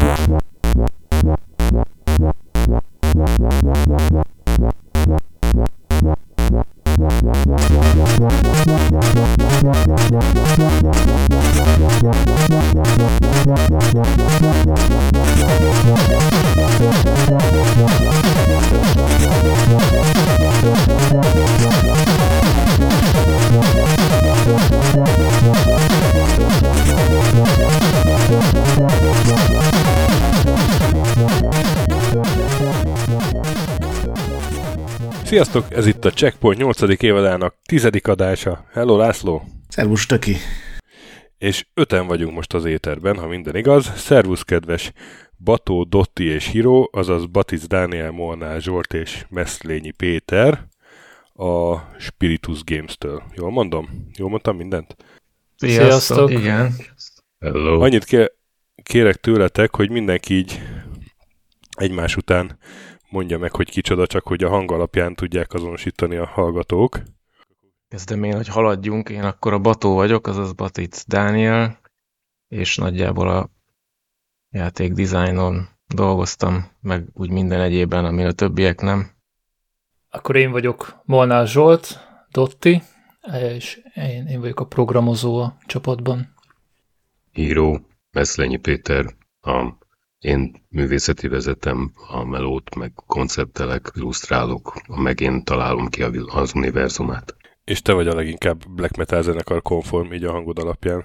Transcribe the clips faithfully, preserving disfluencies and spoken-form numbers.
Sziasztok, ez itt a Checkpoint nyolcadik évadának tizedik adása. Hello László! Szervusz Töki! És öten vagyunk most az éterben, ha minden igaz. Szervusz kedves Bató, Dotti és Hiro, azaz Batic Dániel, Molnár Zsolt és Meszlényi Péter a Spiritus Games-től. Jól mondom? Jól mondtam mindent? Sziasztok! Igen. Hello! Annyit ké- kérek tőletek, hogy mindenki így egymás után mondja meg, hogy kicsoda, csak hogy a hang alapján tudják azonosítani a hallgatók. Kezdem én, hogy haladjunk. Én akkor a Bató vagyok, azaz Batic Dániel, és nagyjából a játék dizájnon dolgoztam, meg úgy minden egyében, amin a többiek nem. Akkor én vagyok Molnár Zsolt, Dotti, és én, én vagyok a programozó a csapatban. Író, Meszlényi Péter, a én művészeti vezetem a melót, meg konceptelek, illusztrálok, meg én találom ki az univerzumát. És te vagy a leginkább black metal zenekar konform, így a hangod alapján.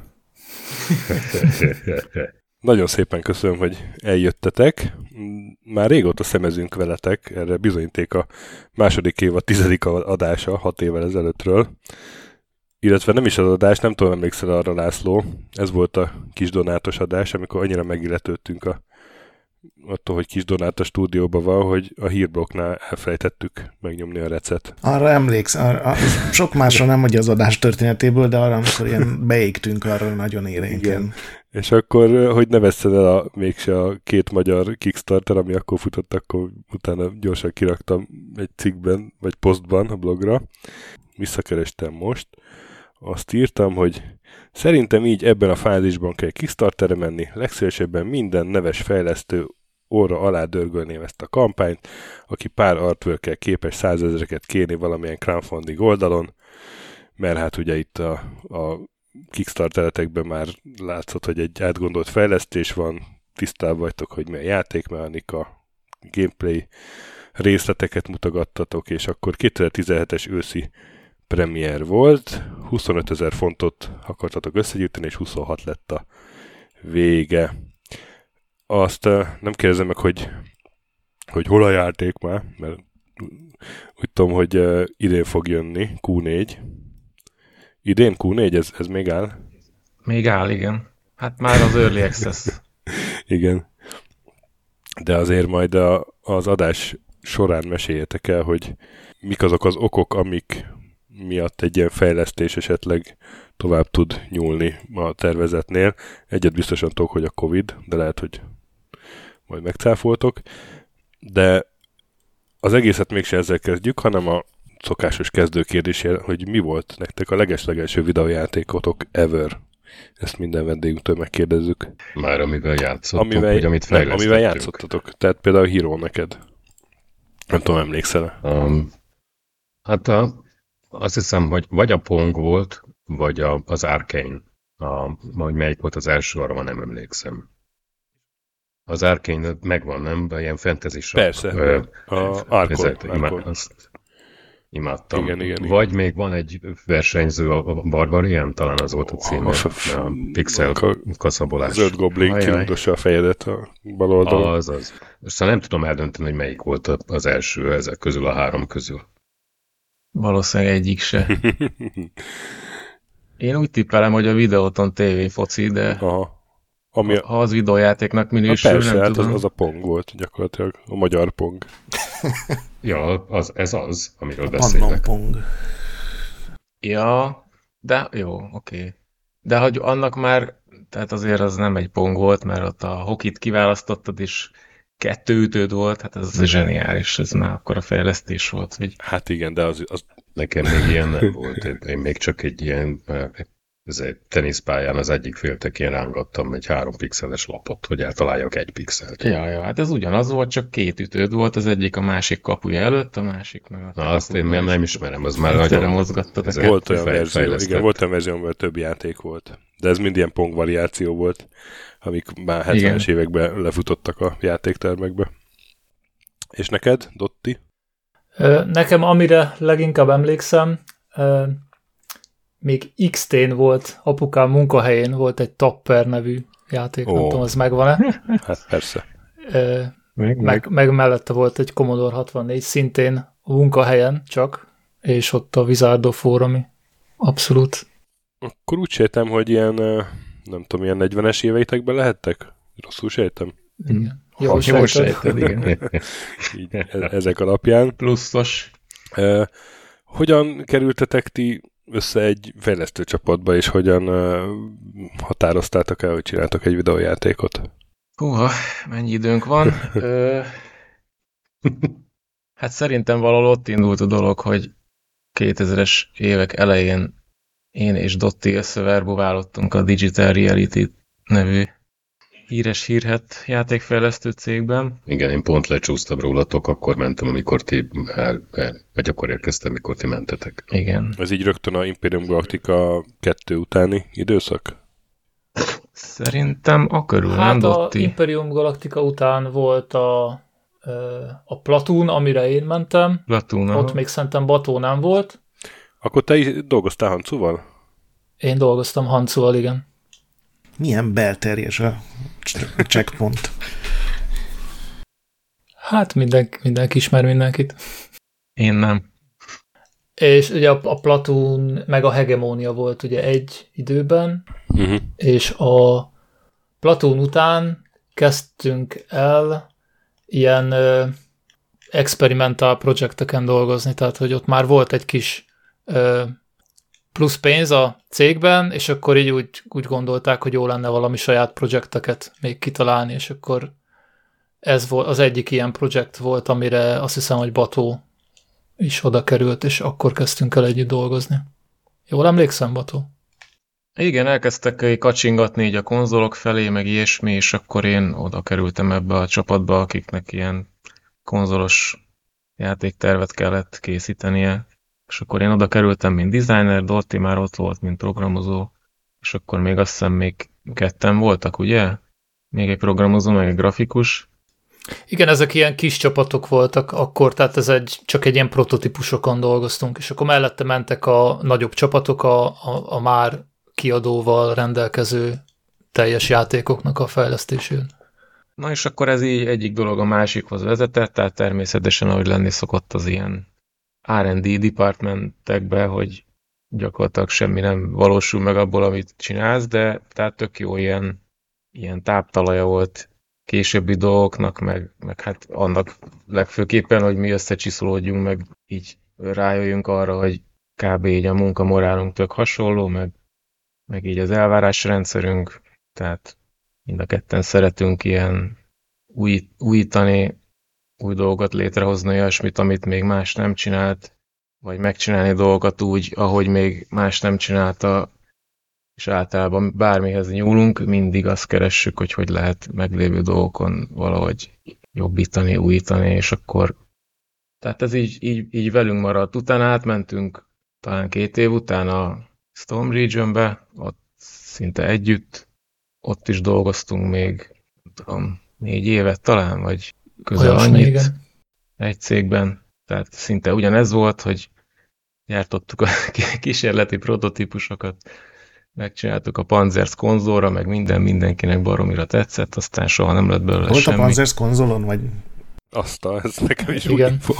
Nagyon szépen köszönöm, hogy eljöttetek. Már régóta szemezünk veletek, erre bizonyíték a második év a tizedik adása, hat évvel ezelőttről. Illetve nem is az adás, nem tudom, emlékszel arra, László. Ez volt a kis donátos adás, amikor annyira megilletődtünk a attól, hogy kis donát a stúdióban van, hogy a hírblokknál elfelejtettük megnyomni a recet. Arra emléksz, arra, sok másra nem hogy az adás történetéből, de arra, amikor ilyen beégtünk arra nagyon érénken. Igen. És akkor, hogy ne vesszen el a, mégse a két magyar Kickstarter, ami akkor futott, akkor utána gyorsan kiraktam egy cikkben, vagy posztban a blogra. Visszakerestem most. Azt írtam, hogy szerintem így ebben a fázisban kell Kickstarterre menni, legszívesebben minden neves fejlesztő orra alá dörgölném ezt a kampányt, aki pár artworkkel képes százezreket kérni valamilyen crowdfunding oldalon, mert hát ugye itt a, a Kickstarteretekben már látszott, hogy egy átgondolt fejlesztés van, tisztában vagytok, hogy mi a játékmechanika, gameplay részleteket mutogattatok, és akkor kétezer-tizenhetes őszi premier volt, huszonötezer fontot akartatok összegyűjteni, és huszonhat lett a vége. Azt uh, nem kérdezem meg, hogy, hogy hol a játék már, mert úgy tudom, hogy uh, idén fog jönni, kú négy. Idén kú négy, ez, ez még áll? Még áll, igen. Hát már az Early Access. Igen. De azért majd a, az adás során meséljetek el, hogy mik azok az okok, amik miatt egy ilyen fejlesztés esetleg tovább tud nyúlni a tervezetnél. Egyet biztosan tudok, hogy a Covid, de lehet, hogy majd megcáfoltok. De az egészet mégse ezzel kezdjük, hanem a szokásos kezdőkérdéssel, hogy mi volt nektek a legeslegelső videójátékotok ever. Ezt minden vendégünktől megkérdezzük. Már amivel játszottok, amivel, vagy amit fejlesztettünk. Amivel játszottatok. Tehát például a Hero neked. Nem tudom, emlékszel? Um, hát a Azt hiszem, hogy vagy a Pong volt, vagy a, az Arcane. A, hogy melyik volt az első, arra nem emlékszem. Az Arcane megvan, nem? De ilyen fantasy-sak. Persze. Ö, a Arcane. Imád, azt imádtam. Igen, igen, vagy igen. még van egy versenyző, a Barbarian, talán az volt a címe. A, a, a pixel a, kaszabolás. Zöld goblin kirúgdossa a fejedet a bal oldalon. Az, az. Aztán nem tudom eldönteni, hogy melyik volt az első ezek közül, a három közül. Valószínűleg egyik se. Én úgy tippelem, hogy a Videóton té vé foci, de aha. Ami a... ha az videójátéknak minősül, persze, nem hát tudom. Az, az a Pong volt gyakorlatilag, a magyar Pong. Ja, az, ez az, amiről beszélek. Pong. Ja, de jó, oké. Okay. De hogy annak már, tehát azért az nem egy Pong volt, mert ott a hokit kiválasztottad, és kettő ütőd volt, hát ez az zseniális, ez már akkor a fejlesztés volt. Hogy... Hát igen, de az, az... Nekem még ilyen nem volt, én még csak egy ilyen ezért teniszpályán az egyik féltekén rángattam egy három pixeles lapot, hogy eltaláljak egy pixelt. Ja, ja, hát ez ugyanaz volt, csak két ütőd volt, az egyik a másik kapuja előtt, a másik meg a... Na, azt én nem, nem ismerem, az már Egyszerre nagyon... mozgattad. ezek Volt olyan fej- verzió, fejlesztett. igen, volt olyan verzió, amivel több játék volt. De ez mind ilyen Pong variáció volt, amik már hetvenes években lefutottak a játéktermekbe. És neked, Dotti? Ö, Nekem amire leginkább emlékszem, ö, még iksz té-n volt, apukám munkahelyén volt egy Tapper nevű játék, Ó. nem tudom, az megvan-e. Hát persze. Ö, Meg, meg. meg, meg mellette volt egy Commodore hatvannégy, szintén a munkahelyen csak, és ott a Wizard of War, ami abszolút. Akkor úgy sejtem, hogy ilyen, ö, nem tudom, ilyen negyvenes éveitekben lehettek? Rosszul sejtem? Igen. Jól sejted. sejted, igen. Így, e- ezek alapján. Pluszos. Uh, hogyan kerültetek ti össze egy fejlesztő csapatba, és hogyan uh, határoztátok el, hogy csináltok egy videójátékot? Húha, mennyi időnk van? Ö, hát szerintem valahol ott indult a dolog, hogy kétezres évek elején én és Dotti összeverbuválottunk a Digital Reality nevű híres hírhet játékfejlesztő cégben. Igen, én pont lecsúsztam rólatok, akkor mentem, amikor ti el, el, vagy akkor érkeztem, amikor ti mentetek. Igen. Ez így rögtön a Imperium Galactica kettő utáni időszak? Szerintem a körül, nem Hát a Dotti? Imperium Galactica után volt a, ö, a Platoon, amire én mentem. Platoon, Ott még szerintem Bató nem volt. Akkor te is dolgoztál Hancuval? Én dolgoztam Hancuval, igen. Milyen belterjes a checkpoint. Hát minden, mindenki ismer mindenkit. Én nem. És ugye a, a Platoon meg a Hegemónia volt ugye egy időben, Uh-huh. és a Platoon után kezdtünk el ilyen ö, experimental projekteken dolgozni, tehát hogy ott már volt egy kis ö, plusz pénz a cégben, és akkor így úgy, úgy gondolták, hogy jó lenne valami saját projekteket még kitalálni, és akkor ez volt, az egyik ilyen projekt volt, amire azt hiszem, hogy Bató is oda került, és akkor kezdtünk el együtt dolgozni. Jól emlékszem, Bató? Igen, elkezdtek kacsingatni így a konzolok felé, meg ilyesmi, és akkor én oda kerültem ebbe a csapatba, akiknek ilyen konzolos játéktervet kellett készítenie. És akkor én oda kerültem, mint designer, Dotti már ott volt, mint programozó, és akkor még azt hiszem még ketten voltak, ugye? Még egy programozó, meg egy grafikus. Igen, ezek ilyen kis csapatok voltak akkor, tehát ez egy, csak egy ilyen prototípusokon dolgoztunk, és akkor mellette mentek a nagyobb csapatok a, a, a már kiadóval rendelkező teljes játékoknak a fejlesztésén. Na és akkor ez így egyik dolog a másikhoz vezetett, tehát természetesen, ahogy lenni szokott az ilyen er and dé departmentekbe, hogy gyakorlatilag semmi nem valósul meg abból, amit csinálsz, de tehát tök jó ilyen, ilyen táptalaja volt későbbi dolgoknak, meg, meg hát annak legfőképpen, hogy mi összecsiszolódjunk, meg így rájöjjünk arra, hogy kb. Így a munkamorálunk tök hasonló, meg, meg így az elvárásrendszerünk, tehát mind a ketten szeretünk ilyen új, újítani, új dolgokat létrehozni, olyasmit, amit még más nem csinált, vagy megcsinálni dolgokat úgy, ahogy még más nem csinálta, és általában bármihez nyúlunk, mindig azt keressük, hogy hogy lehet meglévő dolgokon valahogy jobbítani, újítani, és akkor tehát ez így, így, így velünk maradt. Utána átmentünk talán két év után a Storm Regionbe, ott szinte együtt, ott is dolgoztunk még, nem tudom, négy évet talán, vagy közel Olyasmi, annyit igen. egy cégben. Tehát szinte ugyanez volt, hogy gyártottuk a kísérleti prototípusokat, megcsináltuk a Panzers konzolra, meg minden mindenkinek baromira tetszett, aztán soha nem lett belőle Volt semmi. a Panzers konzolon, vagy Azt a, ez nekem is Igen. úgy info.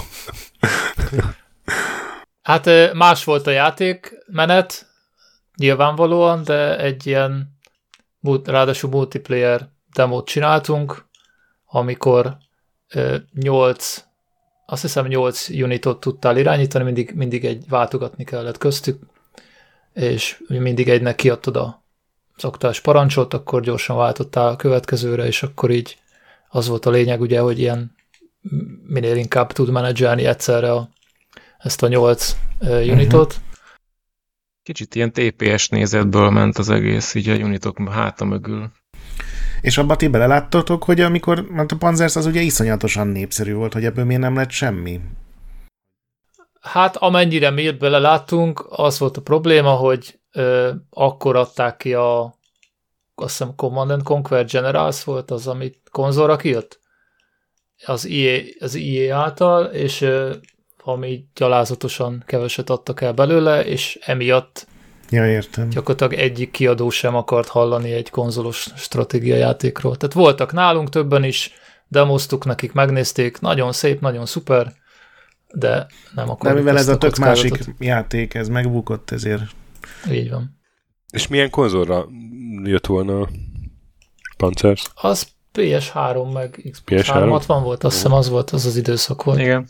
Hát ö, más volt a játékmenet, nyilvánvalóan, de egy ilyen mul- ráadásul multiplayer demót csináltunk, amikor ö, nyolc, azt hiszem nyolc unitot tudtál irányítani, mindig, mindig egy váltogatni kellett köztük, és mindig egynek kiadtad a szoktás parancsot, akkor gyorsan váltottál a következőre, és akkor így az volt a lényeg, ugye, hogy ilyen minél inkább tud menedzselni egyszerre a, ezt a nyolc uh, unitot. Uh-huh. Kicsit ilyen té pé es nézetből ment az egész, így a unitok háta mögül. És abba ti beleláttatok, hogy amikor, mert a Panzers az ugye iszonyatosan népszerű volt, hogy ebből miért nem lett semmi? Hát amennyire mi beleláttunk, az volt a probléma, hogy ö, akkor adták ki a, azt hiszem Command and Conquer Generals volt az, amit konzolra kijött az i á, az i á által, és ö, ami gyalázatosan keveset adtak el belőle, és emiatt Ja, értem. gyakorlatilag egyik kiadó sem akart hallani egy konzolos stratégia játékról. Tehát voltak nálunk többen is, demoztuk nekik, megnézték, nagyon szép, nagyon szuper, de nem akarjuk. De mivel ez a tök kockázatot. másik játék, ez megbukott, ezért. Így van. És milyen konzolra jött volna a Panzers? Az pé es három meg Xbox pé es három? háromszázhatvan volt, azt hiszem az volt, az az időszak volt. Igen.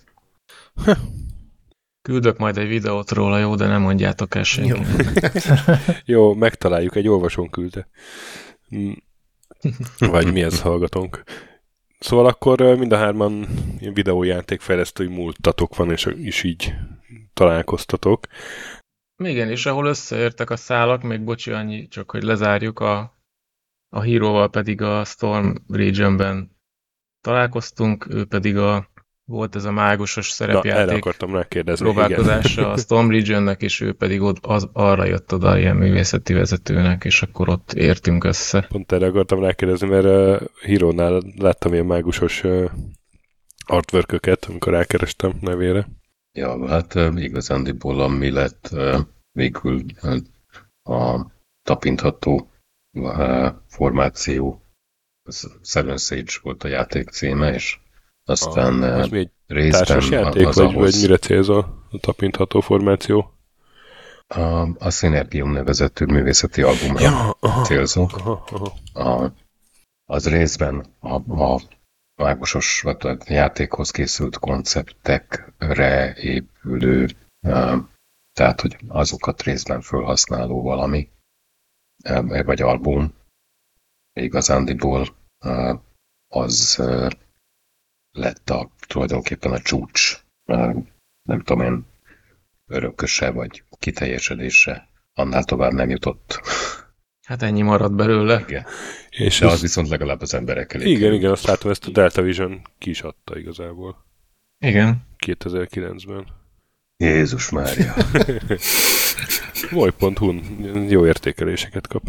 Küldök majd egy videót róla, jó, de nem mondjátok el senkinek. Jó, megtaláljuk, egy olvasón küldte. Mm. Vagy mi ez, hallgatónk. Szóval akkor mind a hárman ilyen videójátékfejlesztői múltatok van, és is így találkoztatok. Igen, és ahol összeértek a szálak, még bocsi annyi, csak hogy lezárjuk, a, a híróval pedig a Storm Regionben találkoztunk, ő pedig a volt ez a mágusos szerepjáték. Na, erre akartam rákérdezni. Próbálkozása igen. a Storm Regionnek, és ő pedig ott az, arra jött oda ilyen művészeti vezetőnek, és akkor ott értünk össze. Pont erre akartam rákérdezni, mert a Hero-nál láttam ilyen mágusos uh, artworköket, amikor rákerestem nevére. Ja, hát uh, igazándiból ami lett uh, végül uh, a tapintható uh, formáció, Seven Sage volt a játék címe, és aztán a, uh, mi egy részben társas játék, az vagy, ahhoz, vagy mire célzol a tapintható formáció? A, a Synergium nevezetű művészeti albumra Ja, aha, célzok. aha, aha. A, az részben a, a mágusos vagy a játékhoz készült konceptekre épülő, uh, tehát hogy azokat részben felhasználó valami, uh, vagy album. Igazándiból uh, az uh, lett a, tulajdonképpen a csúcs, uh, nem tudom én, örököse vagy kiteljesedése. Annál tovább nem jutott. Hát ennyi maradt belőle. Igen. És De ez, az viszont legalább az emberek elég. igen, igen, azt látom, ezt a Delta Vision ki is adta igazából. Igen. kétezer-kilencben. Jézus Mária. moly pont hu-n jó értékeléseket kap.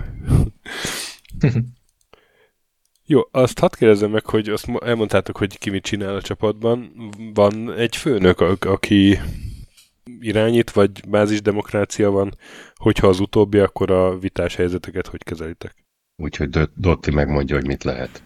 Jó, azt hadd kérdezzem meg, hogy azt elmondtátok, hogy ki mit csinál a csapatban. Van egy főnök, a- aki irányít, vagy bázisdemokrácia van? Hogyha az utóbbi, akkor a vitás helyzeteket hogy kezelitek? Úgyhogy Dot- Dotti megmondja, hogy mit lehet.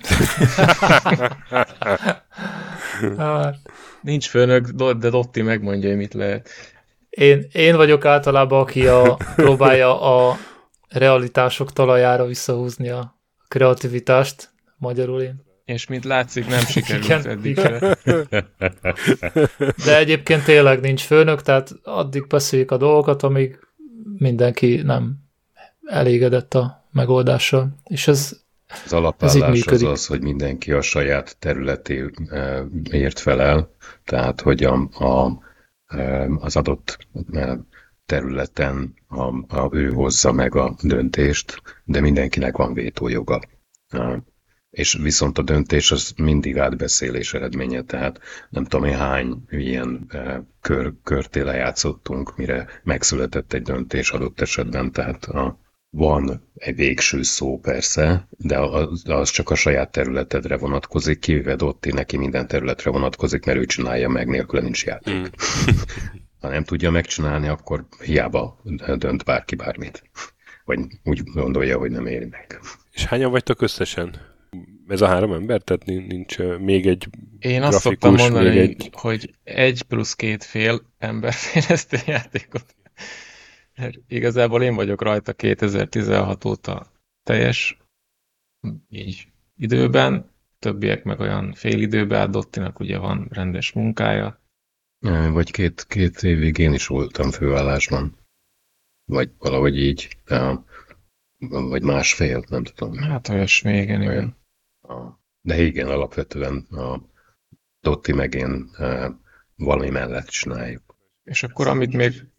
Hát, Nincs főnök, de Dotti megmondja, hogy mit lehet. én, én vagyok általában, aki a, próbálja a realitások talajára visszahúzni a kreativitást, magyarul én. És mint látszik, nem sikerült Igen, eddig igen. se. De egyébként tényleg nincs főnök, tehát addig beszéljük a dolgokat, amíg mindenki nem elégedett a megoldással. És ez Az Ez így alapállás az működik. az, hogy mindenki a saját területéért felel, tehát hogy a, a, az adott területen a, a, ő hozza meg a döntést, de mindenkinek van vétójoga. És viszont a döntés az mindig átbeszélés eredménye, tehát nem tudom én hány ilyen kör, körté lejátszottunk, mire megszületett egy döntés adott esetben, tehát a, van egy végső szó persze, de az, az csak a saját területedre vonatkozik, kivéve Dotti neki minden területre vonatkozik, mert ő csinálja meg, nélküle nincs játék. Mm. Ha nem tudja megcsinálni, akkor hiába dönt bárki bármit. Vagy úgy gondolja, hogy nem éri meg. És hányan vagytok összesen? Ez a három ember? Tehát nincs még egy Én azt grafikus, szoktam mondani, még egy... hogy egy plusz két fél ember fejlesztő játékot. Igazából én vagyok rajta kétezer-tizenhat óta teljes így időben, többiek meg olyan fél időben, hát Dottinak ugye van rendes munkája. Vagy két, két évig én is voltam főállásban. Vagy valahogy így. Vagy másfél, nem tudom. Hát olyasmi, igen, igen. De igen, alapvetően a Dotti meg én valami mellett csináljuk. És akkor amit még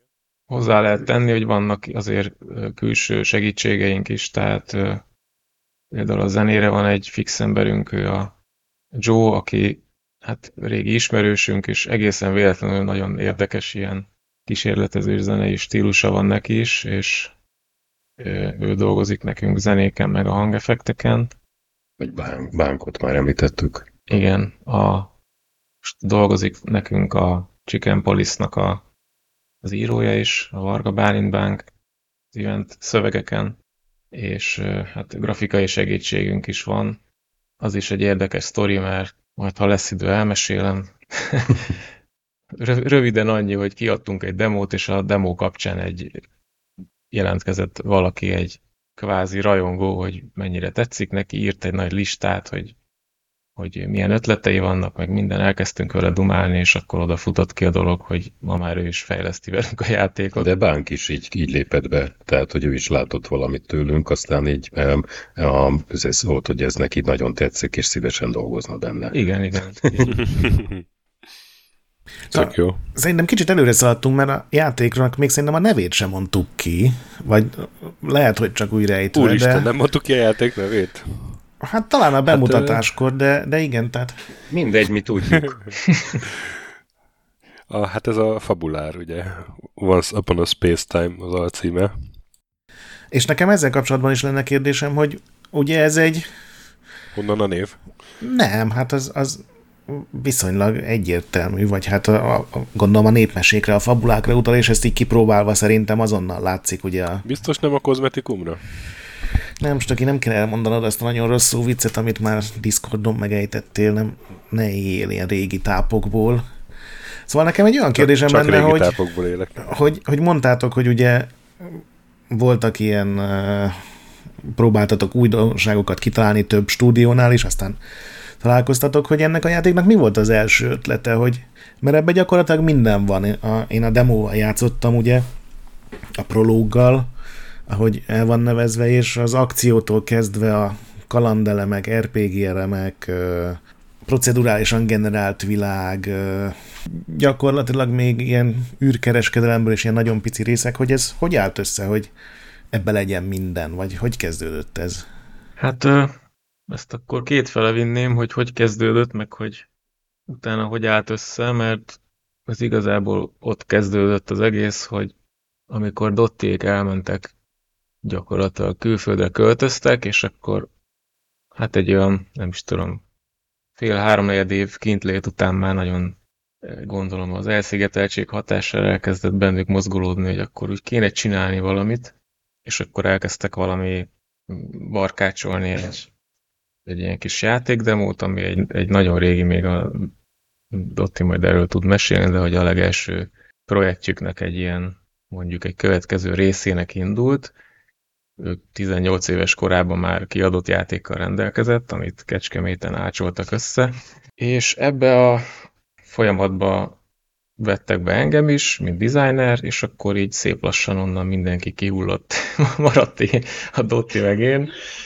hozzá lehet tenni, hogy vannak azért külső segítségeink is, tehát például a zenére van egy fix emberünk, ő a Joe, aki hát régi ismerősünk, és egészen véletlenül nagyon érdekes ilyen kísérletező zenei stílusa van neki is, és ő dolgozik nekünk zenéken, meg a hangeffekteken. Vagy bánk, bánkot már említettük. Igen, a, most dolgozik nekünk a Chicken Police-nak a, az írója is, a Varga Bálint Bánk, az event szövegeken, és hát grafikai segítségünk is van. Az is egy érdekes sztori, mert majd ha lesz idő, elmesélem. Röviden annyi, hogy kiadtunk egy demót, és a demo kapcsán egy jelentkezett valaki, egy kvázi rajongó, hogy mennyire tetszik neki, írt egy nagy listát, hogy, hogy milyen ötletei vannak, meg minden, elkezdtünk vele dumálni, és akkor oda futott ki a dolog, hogy ma már ő is fejleszti velünk a játékot. De Bánk is így, így lépett be, tehát hogy ő is látott valamit tőlünk, aztán így ez szólt, hogy ez neki nagyon tetszik, és szívesen dolgozna benne. Igen, igen. Tök jó. Szerintem kicsit előre szaladtunk, mert a játéknak még szerintem a nevét sem mondtuk ki, vagy lehet, hogy csak újra ejtve, Úristen, de... nem mondtuk ki a játék nevét? Hát talán a bemutatáskor, de, de igen, tehát... Mindegy, mi tudjuk. a, hát ez a Fabulár, ugye? Once Upon a Space Time az alcíme. És nekem ezzel kapcsolatban is lenne kérdésem, hogy ugye ez egy... Honnan a név? Nem, hát az, az viszonylag egyértelmű, vagy hát a, a, gondolom a népmesékre, a fabulákra utal, és ezt így kipróbálva szerintem azonnal látszik, ugye a... Biztos nem a kozmetikumra? Nem, most aki nem kell elmondanod azt a nagyon rosszul viccet, amit már Discordon megejtettél, nem, ne éljél ilyen régi tápokból. Szóval nekem egy olyan kérdésem csak, lenne, csak hogy, tápokból élek. hogy, hogy mondtátok, hogy ugye voltak ilyen, uh, próbáltatok újdonságokat kitalálni több stúdiónál is, aztán találkoztatok, hogy ennek a játéknak mi volt az első ötlete, hogy, mert ebben gyakorlatilag minden van. A, én a demóval játszottam, ugye, a prológgal, ahogy el van nevezve, és az akciótól kezdve a kalandelemek, er pé gé elemek, procedurálisan generált világ, gyakorlatilag még ilyen űrkereskedelemből és ilyen nagyon pici részek, hogy ez hogy állt össze, hogy ebbe legyen minden, vagy hogy kezdődött ez? Hát ezt akkor kétfele vinném, hogy hogy kezdődött, meg hogy utána hogy állt össze, mert ez igazából ott kezdődött az egész, hogy amikor Dottiék elmentek, gyakorlatilag külföldre költöztek, és akkor hát egy olyan, nem is tudom, fél-háromnegyed év kintlét után már nagyon gondolom az elszigeteltség hatására elkezdett bennük mozgolódni, hogy akkor úgy kéne csinálni valamit, és akkor elkezdtek valami barkácsolni egy, egy ilyen kis játékdemót, ami egy, egy nagyon régi, még a Dotti majd erről tud mesélni, de hogy a legelső projektjüknek egy ilyen, mondjuk egy következő részének indult. Ők tizennyolc éves korában már kiadott játékkal rendelkezett, amit Kecskeméten ácsoltak össze, és ebbe a folyamatba vettek be engem is, mint designer, és akkor így szép lassan onnan mindenki kihullott, maradt a Dotti meg én,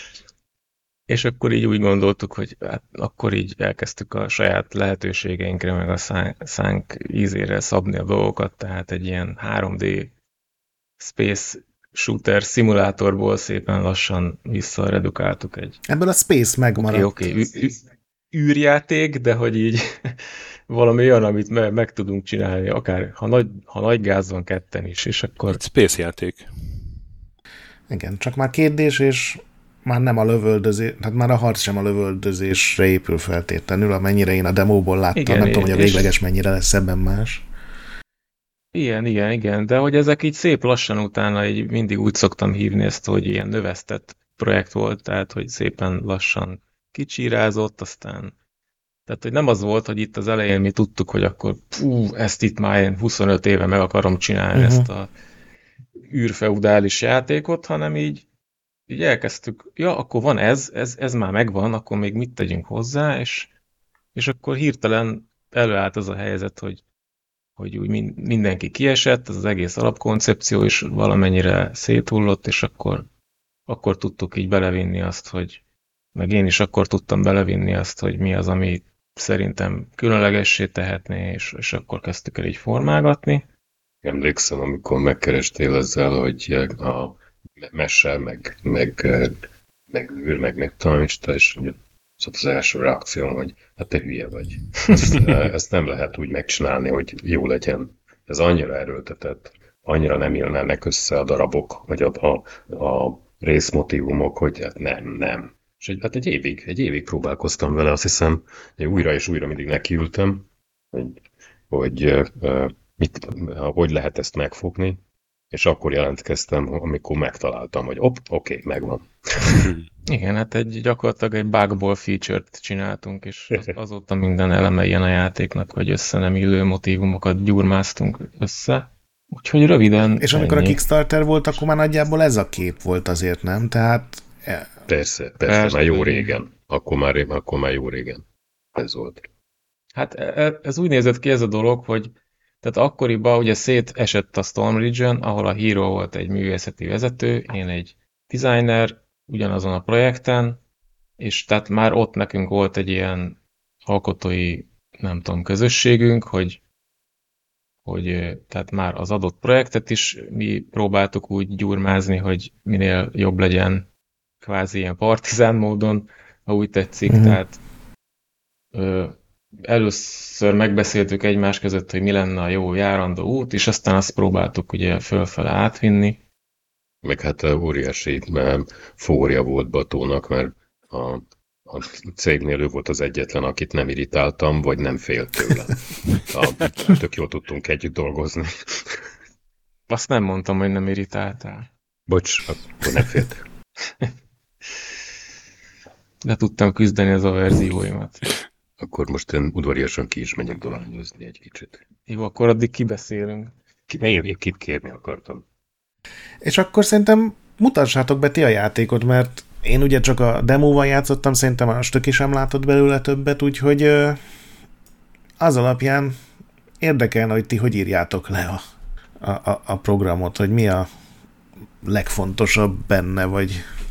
és akkor így úgy gondoltuk, hogy hát akkor így elkezdtük a saját lehetőségeinkre, meg a szánk, szánk ízére szabni a dolgokat, tehát egy ilyen három dé space shooter szimulátorból szépen lassan visszaredukáltuk egy... Ebből a Space megmaradt. Oké, okay, okay. űrjáték, de hogy így valami olyan, amit me- meg tudunk csinálni, akár ha nagy, ha nagy gáz van ketten is, és akkor... Egy Space játék. Igen, csak már kérdés, és már nem a lövöldözés, tehát már a harc sem a lövöldözésre épül feltétlenül, amennyire én a demóból láttam, igen, nem tudom, hogy a végleges mennyire lesz ebben más. Igen, igen, igen, de hogy ezek így szép lassan utána így mindig úgy szoktam hívni ezt, hogy ilyen növesztett projekt volt, tehát hogy szépen lassan kicsírázott, aztán tehát, hogy nem az volt, hogy itt az elején mi tudtuk, hogy akkor fú, ezt itt már én huszonöt éve meg akarom csinálni, uh-huh. ezt a űrfeudális játékot, hanem így, így elkezdtük, ja, akkor van ez, ez, ez már megvan, akkor még mit tegyünk hozzá, és, és akkor hirtelen előállt az a helyzet, hogy hogy úgy mindenki kiesett, az, az egész alapkoncepció is valamennyire széthullott, és akkor, akkor tudtuk így belevinni azt, hogy meg én is akkor tudtam belevinni azt, hogy mi az, ami szerintem különlegessé tehetné, és, és akkor kezdtük el így formálgatni. Emlékszem, amikor megkerestél ezzel, hogy a mese, meg, meg, meg űr, meg meg tanista, és az az első reakcióm, hogy hát te hülye vagy. Ezt, ezt nem lehet úgy megcsinálni, hogy jó legyen. Ez annyira erőltetett, annyira nem illnek össze a darabok, vagy a, a, a részmotívumok, hogy hát nem, nem. És egy, hát egy évig, egy évig próbálkoztam vele, azt hiszem, hogy újra és újra mindig nekiültem, hogy, hogy mit, hogy lehet ezt megfogni, és akkor jelentkeztem, amikor megtaláltam, hogy op, oké, okay, megvan. Igen, hát egy gyakorlatilag egy bugból feature-t csináltunk, és az, azóta minden eleme ilyen a játéknak, hogy össze nem illő motívumokat gyurmáztunk össze. Úgyhogy röviden És amikor ennyi. a Kickstarter volt, akkor már nagyjából ez a kép volt azért, nem? Tehát... Persze, persze, persze már jó régen. Akkor már, akkor már jó régen. Ez volt. Hát ez úgy nézett ki ez a dolog, hogy tehát akkoriban ugye szétesett a Storm Region, ahol a Hero volt egy művészeti vezető, én egy designer, ugyanazon a projekten, és tehát már ott nekünk volt egy ilyen alkotói, nem tudom, közösségünk, hogy, hogy tehát már az adott projektet is mi próbáltuk úgy gyurmázni, hogy minél jobb legyen, kvázi ilyen partizán módon, ha úgy tetszik, mm-hmm. tehát ö, először megbeszéltük egymás között, hogy mi lenne a jó járandó út, és aztán azt próbáltuk ugye fölfele átvinni. Meg hát óriási fória volt Batónak, mert a, a cégnél ő volt az egyetlen, akit nem irritáltam, vagy nem félt tőle. A, tök jól tudtunk együtt dolgozni. Azt nem mondtam, hogy nem irritáltál. Bocs, akkor nem félt. De tudtam küzdeni az averzióimat. Akkor most én udvariasan ki is megyek dohányozni egy kicsit. Jó, akkor addig kibeszélünk. Ki, kit kérni akartam. És akkor szerintem mutassátok be ti a játékot, mert én ugye csak a demóval játszottam, szerintem a Stöki sem látott belőle többet, úgyhogy az alapján érdekelne, hogy ti hogy írjátok le a, a, a programot, hogy mi a legfontosabb benne, vagy...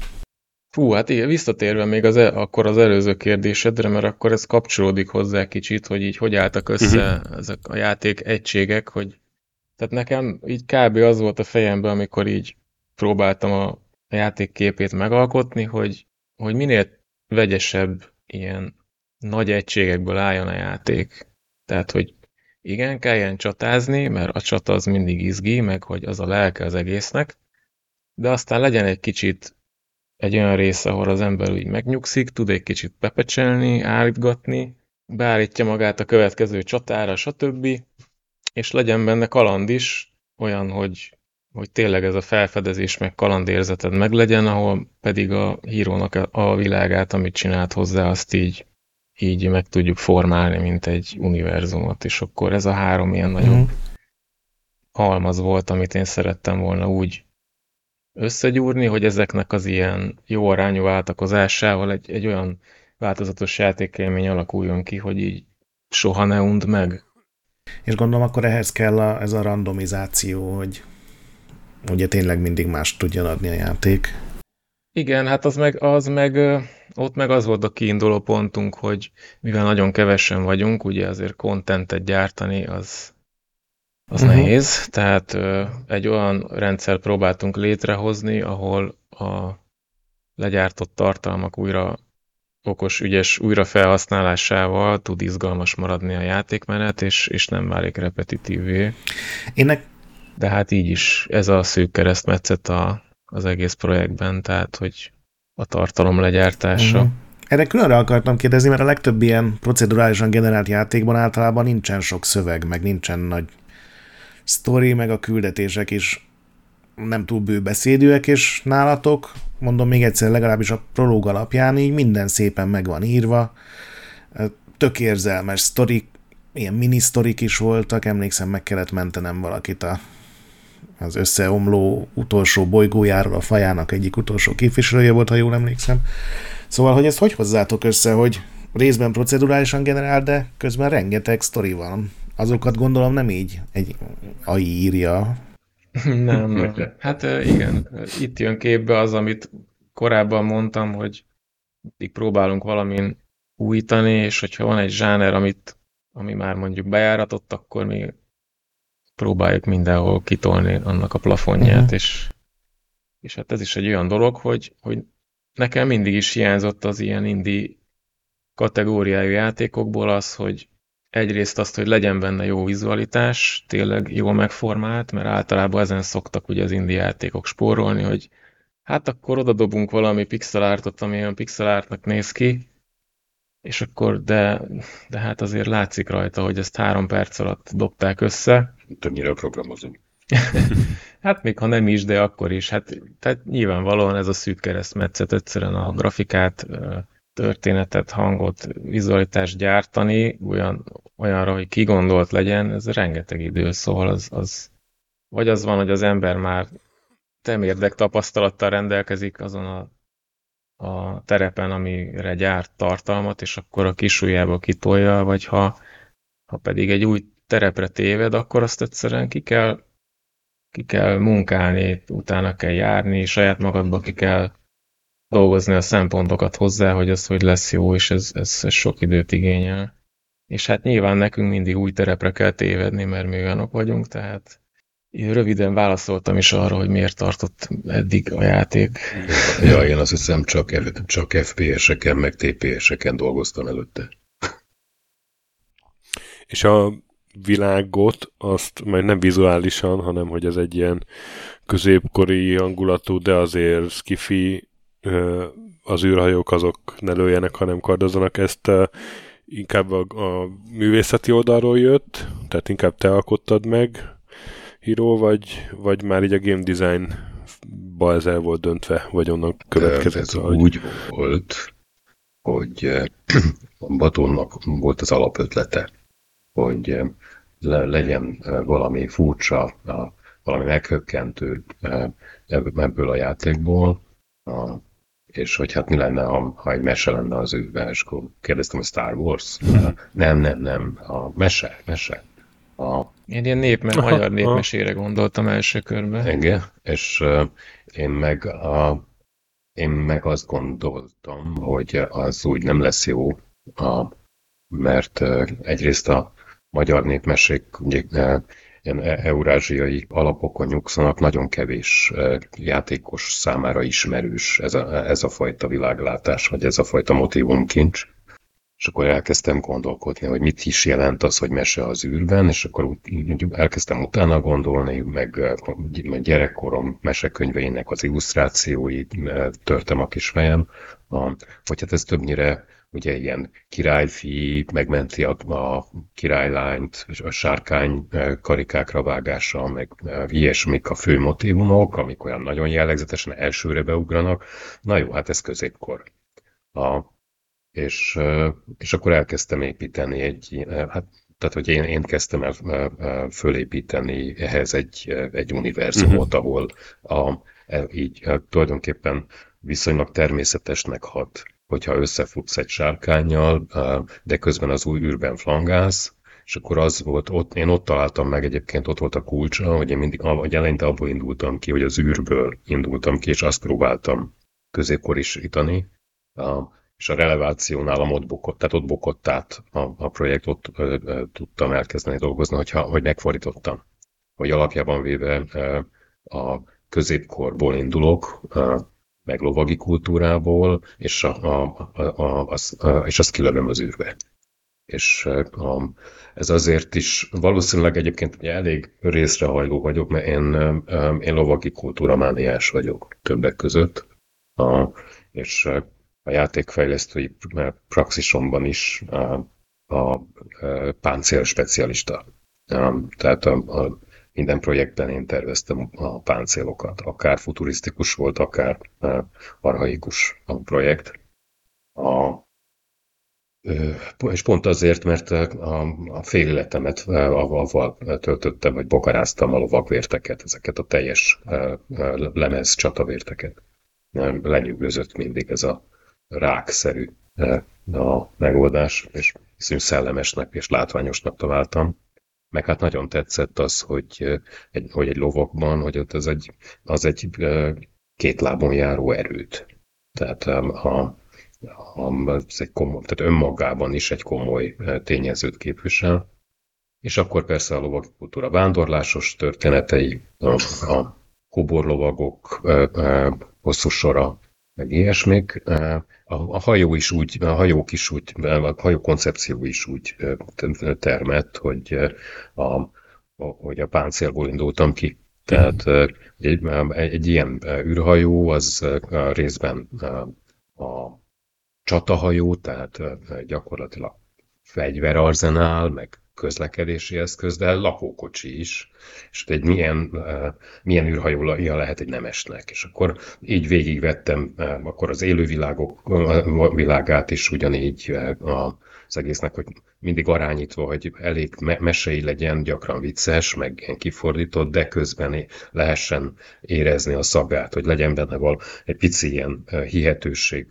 Fú, hát igen, visszatérve még az, akkor az előző kérdésedre, mert akkor ez kapcsolódik hozzá kicsit, hogy így hogy álltak össze uh-huh. ezek a játék egységek, hogy tehát nekem így kb. Az volt a fejemben, amikor így próbáltam a, a játék képét megalkotni, hogy, hogy minél vegyesebb ilyen nagy egységekből álljon a játék. Tehát, hogy igen, kelljen csatázni, mert a csata az mindig izgi, meg hogy az a lelke az egésznek, de aztán legyen egy kicsit egy olyan része, ahol az ember úgy megnyugszik, tud egy kicsit pepecselni, állítgatni, beállítja magát a következő csatára, stb., és legyen benne kaland is, olyan, hogy, hogy tényleg ez a felfedezés meg kalandérzeted meglegyen, ahol pedig a hírónak a, a világát, amit csinált hozzá, azt így, így meg tudjuk formálni, mint egy univerzumot, és akkor ez a három ilyen nagyobb mm. halmaz volt, amit én szerettem volna úgy összegyúrni, hogy ezeknek az ilyen jó arányú váltakozásával egy, egy olyan változatos játékélmény alakuljon ki, hogy így soha ne und meg. És gondolom, akkor ehhez kell a, ez a randomizáció, hogy ugye tényleg mindig más tudjon adni a játék. Igen, hát az meg, az meg ott meg az volt a kiinduló pontunk, hogy mivel nagyon kevesen vagyunk, ugye azért contentet gyártani az, az uh-huh. nehéz, tehát egy olyan rendszer próbáltunk létrehozni, ahol a legyártott tartalmak újra okos, ügyes újrafelhasználásával tud izgalmas maradni a játékmenet, és, és nem válik repetitívvé. Énnek... De hát így is ez a szűk keresztmetszet a, az egész projektben, tehát hogy a tartalom legyártása. Uh-huh. Erre különre akartam kérdezni, mert a legtöbb ilyen procedurálisan generált játékban általában nincsen sok szöveg, meg nincsen nagy sztori, meg a küldetések is nem túl bőbeszédűek, és nálatok, mondom még egyszer, legalábbis a prológ alapján így minden szépen meg van írva, tök érzelmes sztorik, ilyen mini-sztorik is voltak, emlékszem, meg kellett mentenem valakit a, az összeomló utolsó bolygójáról, a fajának egyik utolsó képviselője volt, ha jól emlékszem. Szóval, hogy ezt hogy hozzátok össze, hogy részben procedurálisan generál, de közben rengeteg sztori van. Azokat gondolom nem így egy á i írja. Nem, hát igen, itt jön képbe az, amit korábban mondtam, hogy így próbálunk valamin újítani, és hogyha van egy zsáner, amit, ami már mondjuk bejáratott, akkor mi próbáljuk mindenhol kitolni annak a plafonját, uh-huh. és, és hát ez is egy olyan dolog, hogy, hogy nekem mindig is hiányzott az ilyen indie kategóriájú játékokból az, hogy egyrészt azt, hogy legyen benne jó vizualitás, tényleg jól megformált, mert általában ezen szoktak ugye az indie játékok spórolni, hogy hát akkor odadobunk valami pixel artot, ami olyan pixel artnak néz ki, és akkor, de, de hát azért látszik rajta, hogy ezt három perc alatt dobták össze. Többnyire programozunk. Hát még ha nem is, de akkor is. Hát, tehát nyilvánvalóan ez a szűk keresztmetszet egyszerűen a grafikát, történetet, hangot, vizualitást gyártani olyan, olyanra, hogy kigondolt legyen, ez rengeteg idő, szóval az, az vagy az van, hogy az ember már temérdek tapasztalattal rendelkezik azon a, a terepen, amire gyárt tartalmat, és akkor a kisujjába kitolja, vagy ha, ha pedig egy új terepre téved, akkor azt egyszerűen ki kell, ki kell munkálni, utána kell járni, saját magadba ki kell dolgozni a szempontokat hozzá, hogy az hogy lesz jó, és ez, ez, ez sok időt igényel. És hát nyilván nekünk mindig új terepre kell tévedni, mert mi olyanok vagyunk, tehát én röviden válaszoltam is arra, hogy miért tartott eddig a játék. Ja, én azt hiszem csak, csak ef pé es-eken, meg té pé es-eken dolgoztam előtte. És a világot, azt majd nem vizuálisan, hanem hogy ez egy ilyen középkori hangulatú, de azért skifi, az űrhajók azok ne lőjenek, hanem kardozzanak, ezt inkább a, a művészeti oldalról jött, tehát inkább te alkottad meg, Hiro, vagy, vagy már így a game design-ba ez el volt döntve, vagy onnan következett? Ez ahogy... úgy volt, hogy a Batonnak volt az alapötlete, hogy le, legyen valami furcsa, valami meghökkentő ebből a játékból, és hogy hát mi lenne, ha, ha egy mese lenne az űrben, és akkor kérdeztem, hogy Star Wars? Nem, nem, nem, a mese, mese. A... Én ilyen népme, magyar népmesére gondoltam első körben. Igen, és uh, én meg a, én meg azt gondoltam, hogy az úgy nem lesz jó, a, mert uh, egyrészt a magyar népmesék ugye, uh, ilyen eurázsiai alapokon nyugszanak, nagyon kevés uh, játékos számára ismerős ez a, ez a fajta világlátás, vagy ez a fajta motivumkincs. És akkor elkezdtem gondolkodni, hogy mit is jelent az, hogy mese az űrben, és akkor elkezdtem utána gondolni, meg, meg gyerekkorom mesekönyveinek az illusztrációi törtem a kis fejem, hogy hát ez többnyire ugye ilyen királyfi, megmenti a, a királylányt, a sárkány karikákra vágása, meg ilyesmik a fő motívumok, amik olyan nagyon jellegzetesen elsőre beugranak. Na jó, hát ez középkor. A, És, és akkor elkezdtem építeni egy, hát, tehát hogy én, én kezdtem el fölépíteni ehhez egy, egy univerzumot, uh-huh. ahol a, így tulajdonképpen viszonylag természetesnek hat, hogyha összefutsz egy sárkánnyal, de közben az új űrben flangálsz, és akkor az volt, ott, én ott találtam meg egyébként, ott volt a kulcsa, hogy én mindig, hogy eleinte abból indultam ki, hogy az űrből indultam ki, és azt próbáltam középkorisítani, és a relevációnál ott bukott, tehát ott bukott át a, a projekt, ott ö, ö, tudtam elkezdeni dolgozni, hogyha, hogy megfordítottam. Hogy alapjában véve ö, a középkorból indulok, ö, meg lovagi kultúrából, és, a, a, a, a, az, a, és azt kilövöm az űrbe. És a, ez azért is valószínűleg egyébként ugye elég részrehajló vagyok, mert én, én lovagi kultúramániás vagyok többek között, a, és a játékfejlesztői praxisomban is a, a, a páncél specialista. Tehát a, a, minden projektben én terveztem a páncélokat. Akár futurisztikus volt, akár archaikus a projekt. A, és pont azért, mert a, a fél életemet avval töltöttem, hogy bokaráztam a lovagvérteket, ezeket a teljes lemez csatavérteket. Lenyűgözött mindig ez a rákszerű a megoldás, és viszonylag szellemesnek és látványosnak találtam. Meg hát nagyon tetszett az, hogy egy, hogy egy lovakban, hogy ott az egy, az egy két lábon járó erőt. Tehát a, a, ez egy komoly, tehát önmagában is egy komoly tényezőt képvisel. És akkor persze a lovagi kultúra vándorlásos történetei, a, a kóborlovagok hosszú sora, meg ilyesmik. A, a hajó is úgy, a hajók is úgy, a hajó koncepció is úgy termett, hogy a, a, hogy a páncélból indultam ki. Tehát egy, egy ilyen űrhajó az részben a csatahajó, tehát gyakorlatilag fegyverarzenál, meg közlekedési eszköz, de lakókocsi is, és egy milyen, milyen űrhajója lehet egy nemesnek. És akkor így végigvettem akkor az élővilágok világát is ugyanígy az egésznek, hogy mindig arányítva, hogy elég mesei legyen, gyakran vicces, meg ilyen kifordított, de közben lehessen érezni a szagát, hogy legyen benne val egy pici ilyen hihetőség,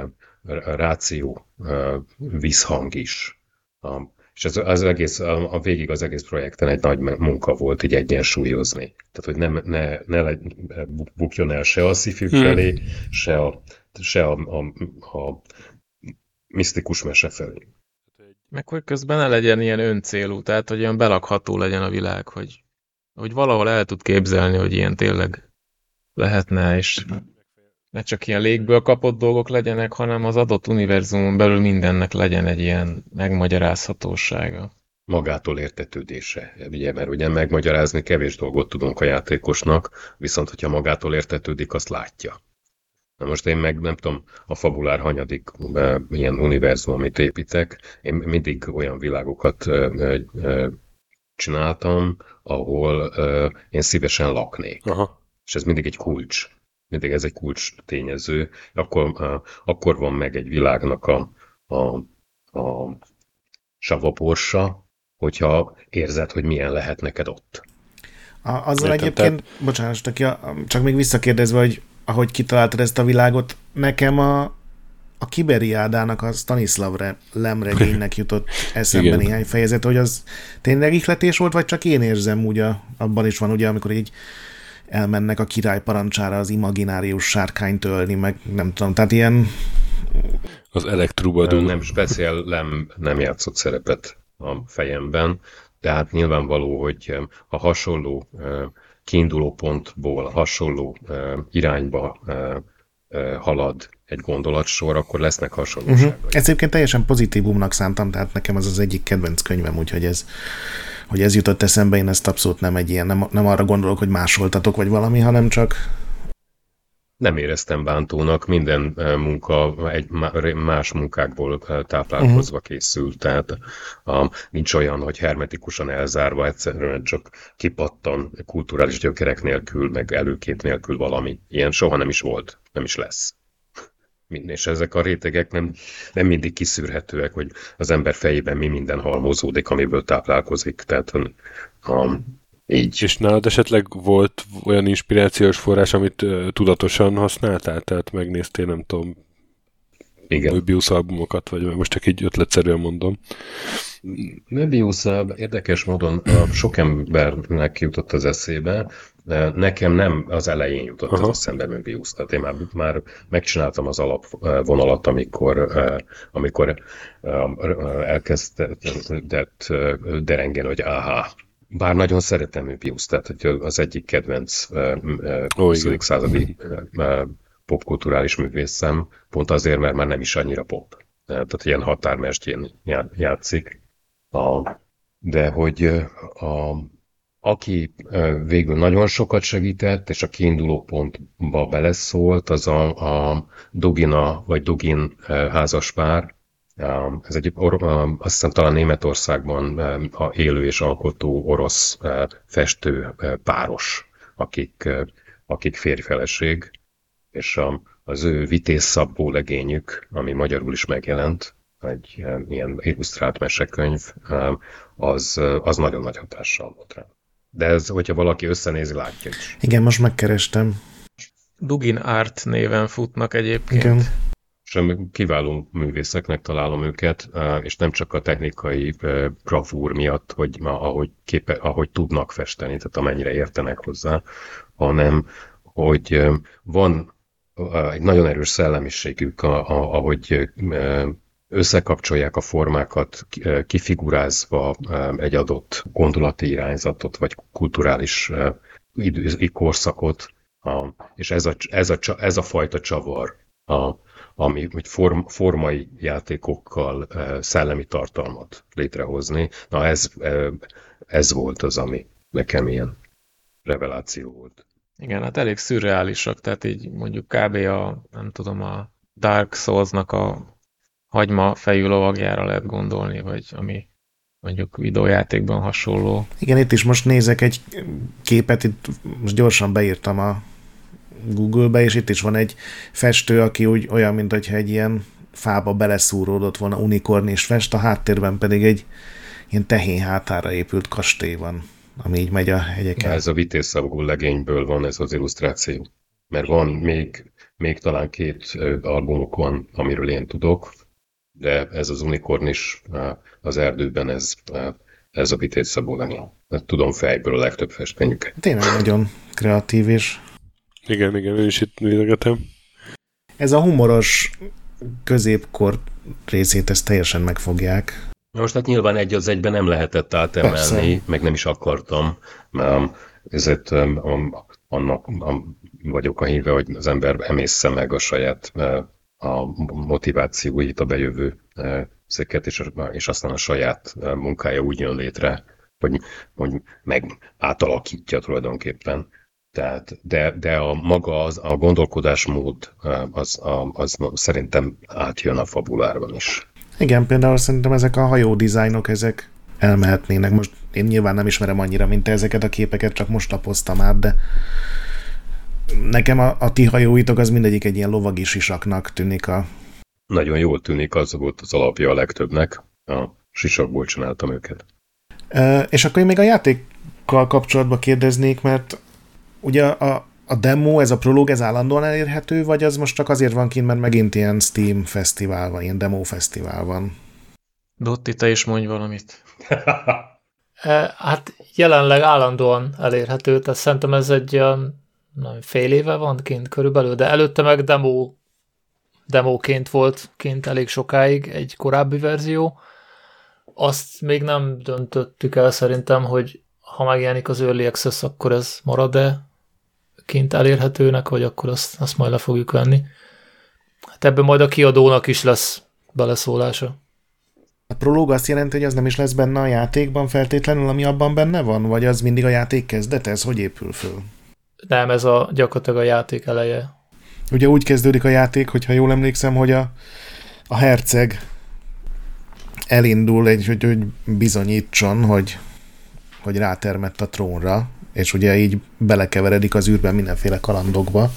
ráció, visszhang is. És az, az egész, a, a végig az egész projekten egy nagy munka volt így egyensúlyozni. Tehát, hogy nem, ne, ne legy, bukjon el se a sci-fi felé, hmm. se, a, se a, a, a misztikus mese felé. Meg hogy közben ne legyen ilyen öncélú, tehát hogy olyan belakható legyen a világ, hogy, hogy valahol el tud képzelni, hogy ilyen tényleg lehetne, és ne csak ilyen légből kapott dolgok legyenek, hanem az adott univerzumon belül mindennek legyen egy ilyen megmagyarázhatósága. Magától értetődése, ugye, mert ugye megmagyarázni kevés dolgot tudunk a játékosnak, viszont hogyha magától értetődik, azt látja. Na most én meg nem tudom, a fabulár hanyadik ilyen univerzum, amit építek, én mindig olyan világokat ö, ö, csináltam, ahol ö, én szívesen laknék. Aha. És ez mindig egy kulcs. Mindig ez egy kulcs tényező. Akkor, uh, akkor van meg egy világnak a, a, a savaporsa, hogyha érzed, hogy milyen lehet neked ott. A, azzal Értem, egyébként, tehát... bocsánat, csak még visszakérdezve, hogy ahogy kitaláltad ezt a világot, nekem a, a Kiberiádának a Stanislav Lem regénynek jutott eszembe néhány fejezet, hogy az tényleg ihletés volt, vagy csak én érzem, úgy a, abban is van, ugye, amikor így elmennek a király parancsára az imaginárius sárkányt ölni, meg nem tudom, tehát ilyen... Az elektrubadó. Nem, speciál nem, nem játszott szerepet a fejemben, tehát nyilvánvaló, hogy a hasonló kiinduló pontból, hasonló irányba halad egy gondolatsor, akkor lesznek hasonlóságok. Uh-huh. Ezt egyébként teljesen pozitívumnak szántam, tehát nekem az az egyik kedvenc könyvem, úgyhogy ez hogy ez jutott eszembe, én ezt abszolút nem egy ilyen, nem, nem arra gondolok, hogy másoltatok, vagy valami, hanem csak... Nem éreztem bántónak, minden munka egy más munkákból táplálkozva uh-huh. készült, tehát a, nincs olyan, hogy hermetikusan elzárva, egyszerűen csak kipattan kulturális gyökerek nélkül, meg előkép nélkül valami. Ilyen soha nem is volt, nem is lesz. És ezek a rétegek nem, nem mindig kiszűrhetőek, hogy az ember fejében mi minden halmozódik, amiből táplálkozik. Tehát um, így. És nálad esetleg volt olyan inspirációs forrás, amit uh, tudatosan használtál? Tehát megnéztél, nem tudom, Möbius albumokat, vagy most csak így ötletszerűen mondom. Möbius érdekes módon sok embernek jutott az eszébe, nekem nem az elején jutott Aha. az eszembe Möbius. Tehát én már, már megcsináltam az alapvonalat, amikor, amikor elkezdett derengeni, hogy áhá. Bár nagyon szeretem Möbius, tehát hogy az egyik kedvenc huszadik századi popkulturális művészem, pont azért, mert már nem is annyira pop. Tehát ilyen határmestjén játszik. A, de hogy a, aki végül nagyon sokat segített, és a kiinduló pontba beleszólt, az a, a Dugina vagy Dugin házaspár. Ez egy, azt hiszem talán Németországban élő és alkotó orosz festő páros, akik, akik férjfeleség, és a, az ő Vitéz Szabó legényük, ami magyarul is megjelent, egy ilyen illusztrált mesekönyv, az, az nagyon nagy hatással volt rá. De ez, hogyha valaki összenézi, látja is. Igen, most megkerestem. Dugin Art néven futnak egyébként. Igen. És kiváló művészeknek találom őket, és nem csak a technikai bravúr miatt, hogy ahogy, képe, ahogy tudnak festeni, tehát amennyire értenek hozzá, hanem hogy van egy nagyon erős szellemiségük, ahogy összekapcsolják a formákat, kifigurázva egy adott gondolati irányzatot, vagy kulturális idő, korszakot, és ez a, ez a, ez a fajta csavar, a, ami form, formai játékokkal szellemi tartalmat létrehozni. Na ez, ez volt az, ami nekem ilyen reveláció volt. Igen, hát elég szürreálisak, tehát így mondjuk kb. a, nem tudom, a Dark Souls-nak a hagyma fejű lovagjára lehet gondolni, vagy ami mondjuk videójátékban hasonló. Igen, itt is most nézek egy képet, itt most gyorsan beírtam a Google-be, és itt is van egy festő, aki úgy olyan, mint hogyha egy ilyen fába beleszúródott volna unikorn, és fest, a háttérben pedig egy ilyen tehén hátára épült kastély van, ami így megy a hegyeken. Ez a vitézszabogó legényből van ez az illusztráció, mert van még, még talán két albumok van, amiről én tudok, de ez az unikorn is az erdőben, ez, ez a vitézszabó legény. Tudom fejből a legtöbb festményüket. Tényleg nagyon kreatív, és igen, igen, én is itt nézegetem. Ez a humoros középkor részét ezt teljesen megfogják. Most hát nyilván egy az egyben nem lehetett átemelni, persze, meg nem is akartam, mert ezért annak vagyok a híve, hogy az ember emészze meg a saját a motivációit, a bejövő szeket, és, és aztán a saját munkája úgy jön létre, hogy, hogy meg átalakítja tulajdonképpen. Tehát, de, de a maga az, a gondolkodásmód az, az, az szerintem átjön a fabulárban is. Igen, például szerintem ezek a hajó dizájnok, ezek elmehetnének. Most én nyilván nem ismerem annyira, mint te ezeket a képeket, csak most lapoztam át, de nekem a, a ti hajóitok az mindegyik egy ilyen lovagi sisaknak tűnik. A... Nagyon jól tűnik, az volt az alapja a legtöbbnek. A sisakból csináltam őket. E, és akkor én még a játékkal kapcsolatban kérdeznék, mert ugye a, a demo, ez a prológ, ez állandóan elérhető, vagy az most csak azért van kint, mert megint ilyen Steam fesztivál van, ilyen demo fesztivál van? Dotti, te is mondj valamit. e, hát jelenleg állandóan elérhető, tehát szerintem ez egy olyan nem, fél éve van kint körülbelül, de előtte meg demo, demóként volt kint elég sokáig egy korábbi verzió. Azt még nem döntöttük el szerintem, hogy ha megjelenik az Early Access, akkor ez marad-e kint elérhetőnek, vagy akkor azt, azt majd le fogjuk venni. Hát ebben majd a kiadónak is lesz beleszólása. A prológ azt jelenti, hogy az nem is lesz benne a játékban feltétlenül, ami abban benne van? Vagy az mindig a játék kezdete? Ez hogy épül föl? Nem, ez a gyakorlatilag a játék eleje. Ugye úgy kezdődik a játék, hogyha jól emlékszem, hogy a, a herceg elindul, egy, hogy, hogy bizonyítson, hogy, hogy rátermett a trónra, és ugye így belekeveredik az űrben mindenféle kalandokba.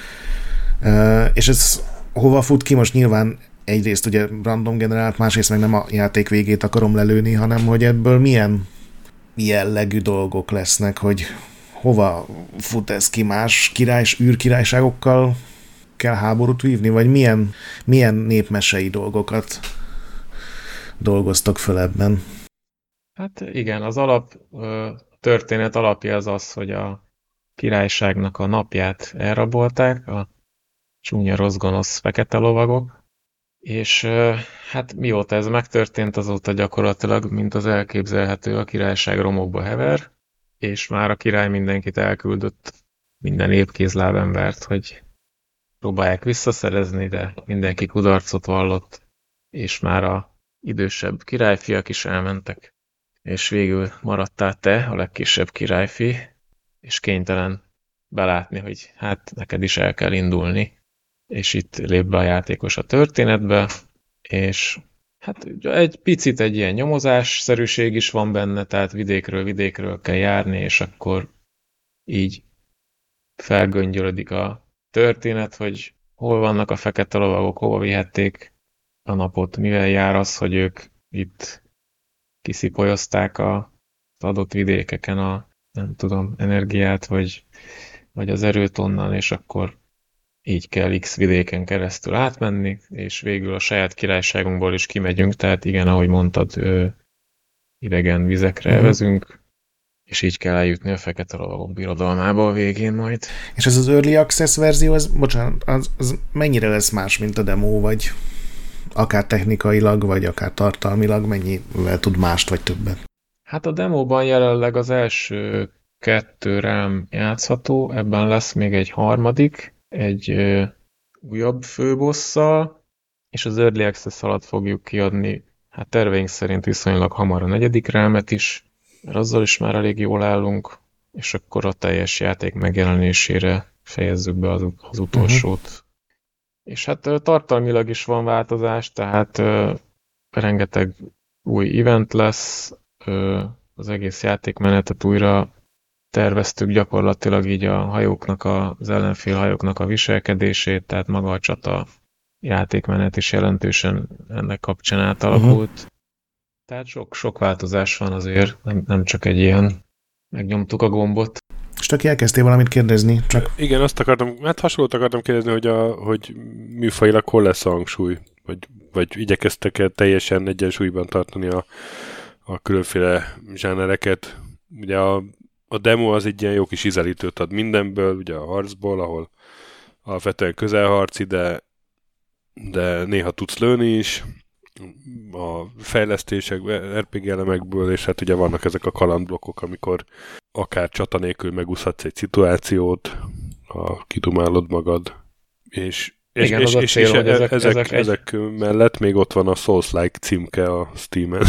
Uh, és ez hova fut ki? Most nyilván egyrészt ugye random generált, másrészt meg nem a játék végét akarom lelőni, hanem hogy ebből milyen jellegű dolgok lesznek, hogy hova fut ez ki, más királys, űrkirályságokkal kell háborút vívni, vagy milyen, milyen népmesei dolgokat dolgoztak föl ebben? Hát igen, az alap történet alapja az az, hogy a királyságnak a napját elrabolták, a csúnya rossz gonosz fekete lovagok, és hát mióta ez megtörtént, azóta gyakorlatilag, mint az elképzelhető, a királyság romokba hever, és már a király mindenkit elküldött, minden épkézláb embert, hogy próbálják visszaszerezni, de mindenki kudarcot vallott, és már a idősebb királyfiak is elmentek, és végül maradtál te, a legkisebb királyfi, és kénytelen belátni, hogy hát neked is el kell indulni, és itt lép be a játékos a történetbe, és hát egy picit egy ilyen nyomozásszerűség is van benne, tehát vidékről vidékről kell járni, és akkor így felgöngyölödik a történet, hogy hol vannak a fekete lovagok, hova vihették a napot, mivel jár az, hogy ők itt kiszipolyozták az adott vidékeken a, nem tudom, energiát, vagy, vagy az erőt onnan, és akkor így kell X vidéken keresztül átmenni, és végül a saját királyságunkból is kimegyünk, tehát igen, ahogy mondtad, idegen vizekre mm-hmm. elvezünk, és így kell eljutni a fekete lovagok birodalmába a végén majd. És ez az Early Access verzió, az, bocsánat, az, az mennyire lesz más, mint a demo, vagy akár technikailag, vagy akár tartalmilag mennyivel tud mást, vagy többet? Hát a demóban jelenleg az első kettő rám játszható, ebben lesz még egy harmadik, egy ö, újabb főbosszal, és az Early Access alatt fogjuk kiadni, hát terveink szerint viszonylag hamar a negyedik rámet is, mert azzal is már elég jól állunk, és akkor a teljes játék megjelenésére fejezzük be az, az utolsót. Uh-huh. És hát tartalmilag is van változás, tehát uh, rengeteg új event lesz, uh, az egész játékmenetet újra terveztük, gyakorlatilag így a hajóknak, a, az ellenfél hajóknak a viselkedését, tehát maga a csata játékmenet is jelentősen ennek kapcsán átalakult. Uh-huh. Tehát sok, sok változás van azért, nem, nem csak egy ilyen megnyomtuk a gombot. És tök elkezdtél valamit kérdezni? Csak... Igen, azt akartam, hát hasonlót akartam kérdezni, hogy, a, hogy műfajilag hol lesz a hangsúly, vagy, vagy igyekeztek-e teljesen egyensúlyban tartani a, a különféle zsánereket. Ugye a, a demo az egy ilyen jó kis ízelítőt ad mindenből, ugye a harcból, ahol alapvetően közelharci, de, de néha tudsz lőni is, a fejlesztések, er pé gé elemekből, és hát ugye vannak ezek a kalandblokkok, amikor akár csata nélkül megúszhatsz egy szituációt, ha kidumálod magad, és, és, igen, és, és, és, cél, és ezek, ezek, ezek, ezek egy... mellett még ott van a Souls-like címke a Steam-en.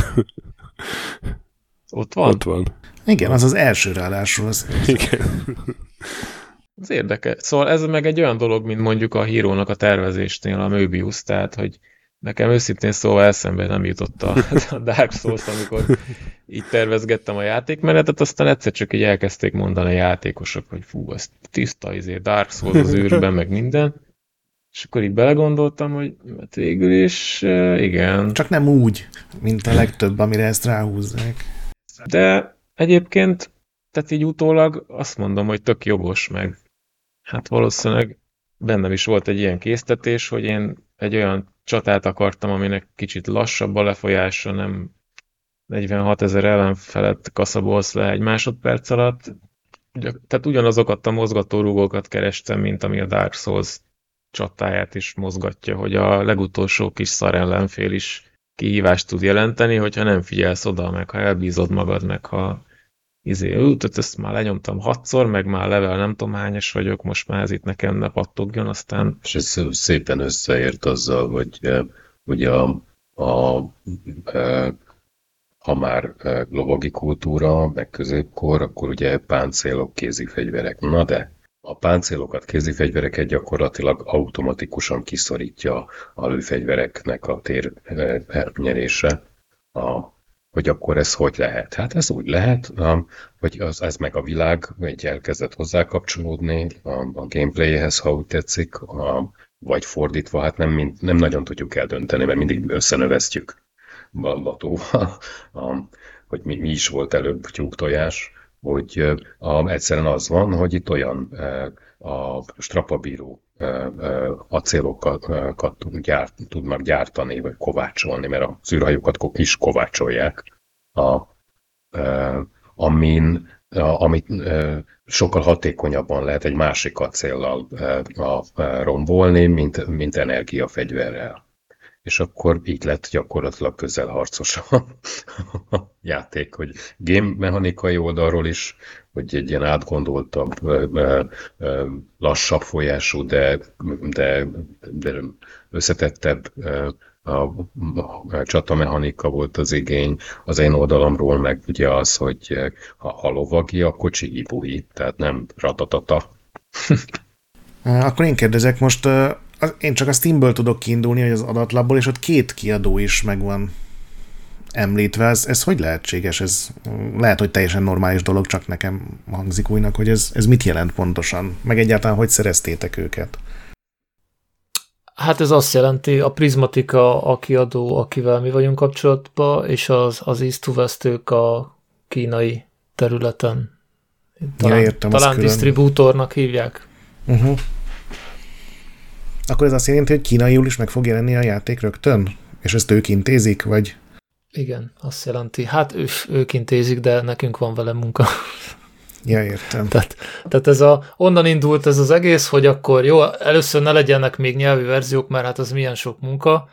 Ott van? Ott van. Igen, az az első ráadásul. Az... Igen. Az érdekes. Szóval ez meg egy olyan dolog, mint mondjuk a hírónak a tervezésnél a Möbius, tehát, hogy nekem őszintén szóval eszembe nem jutott a, a Dark Souls, amikor így tervezgettem a játékmenetet, aztán egyszer csak így elkezdték mondani a játékosok, hogy fú, ez tiszta izé, Dark Souls az űrben, meg minden. És akkor így belegondoltam, hogy hát végül is igen. Csak nem úgy, mint a legtöbb, amire ezt ráhúzzák. De egyébként, tehát így utólag azt mondom, hogy tök jogos, meg hát valószínűleg bennem is volt egy ilyen késztetés, hogy én egy olyan csatát akartam, aminek kicsit lassabb a lefolyása, nem negyvenhat ezer ellenfelet kaszabolsz le egy másodperc alatt. Tehát ugyanazokat a mozgatórugókat kerestem, mint ami a Dark Souls csatáját is mozgatja, hogy a legutolsó kis szar ellenfél is kihívást tud jelenteni, hogyha nem figyelsz oda, meg ha elbízod magad, meg ha izé, ú, tehát ezt már lenyomtam hatszor, meg már level nem tudom hányas vagyok, most már ez itt nekem ne pattogjon, aztán... És ez szépen összeért azzal, hogy ugye a, a, a, ha már lovagi kultúra, meg középkor, akkor ugye páncélok, kézifegyverek. Na de a páncélokat, kézifegyvereket gyakorlatilag automatikusan kiszorítja a lőfegyvereknek a térnyerése. A hogy akkor ez hogy lehet? Hát ez úgy lehet, hogy az, ez meg a világ egy elkezdett hozzá kapcsolódni a, a gameplayhez, ha úgy tetszik, a, vagy fordítva, hát nem, mind, nem nagyon tudjuk eldönteni, mert mindig összenöveztjük ballatóval, hogy mi, mi is volt előbb tyúktojás, hogy a, egyszerűen az van, hogy itt olyan a strapabíró acélokat gyárt, tudnak gyártani, vagy kovácsolni, mert a űrhajókat is kovácsolják, a, amin, a, amit sokkal hatékonyabban lehet egy másik acéllal rombolni, mint, mint energiafegyverrel. És akkor így lett gyakorlatilag közelharcos a játék, hogy game mechanikai oldalról is, hogy egy ilyen átgondoltabb, lassabb folyású, de, de, de összetettebb a, a csatamechanika volt az igény. Az én oldalamról meg ugye az, hogy ha, ha lovagi, akkor csigibuhi, tehát nem ratatata. Akkor én kérdezek most, én csak a Steamből tudok kiindulni, hogy az adatlapból, és ott két kiadó is megvan említve. Ez, ez hogy lehetséges? Ez lehet, hogy teljesen normális dolog, csak nekem hangzik újnak, hogy ez, ez mit jelent pontosan? Meg egyáltalán hogy szereztétek őket? Hát ez azt jelenti, a Prismatica a kiadó, akivel mi vagyunk kapcsolatban, és az, az East to West ők a kínai területen. Talán, ja, értem, talán disztribútornak hívják. Uh-huh. Akkor ez azt jelenti, hogy kínaiul is meg fog jelenni a játék rögtön? És ezt ők intézik, vagy? Igen, azt jelenti. Hát ő, ők intézik, de nekünk van vele munka. Ja, értem. Tehát, tehát ez a, onnan indult ez az egész, hogy akkor jó, először ne legyenek még nyelvi verziók, mert hát az milyen sok munka,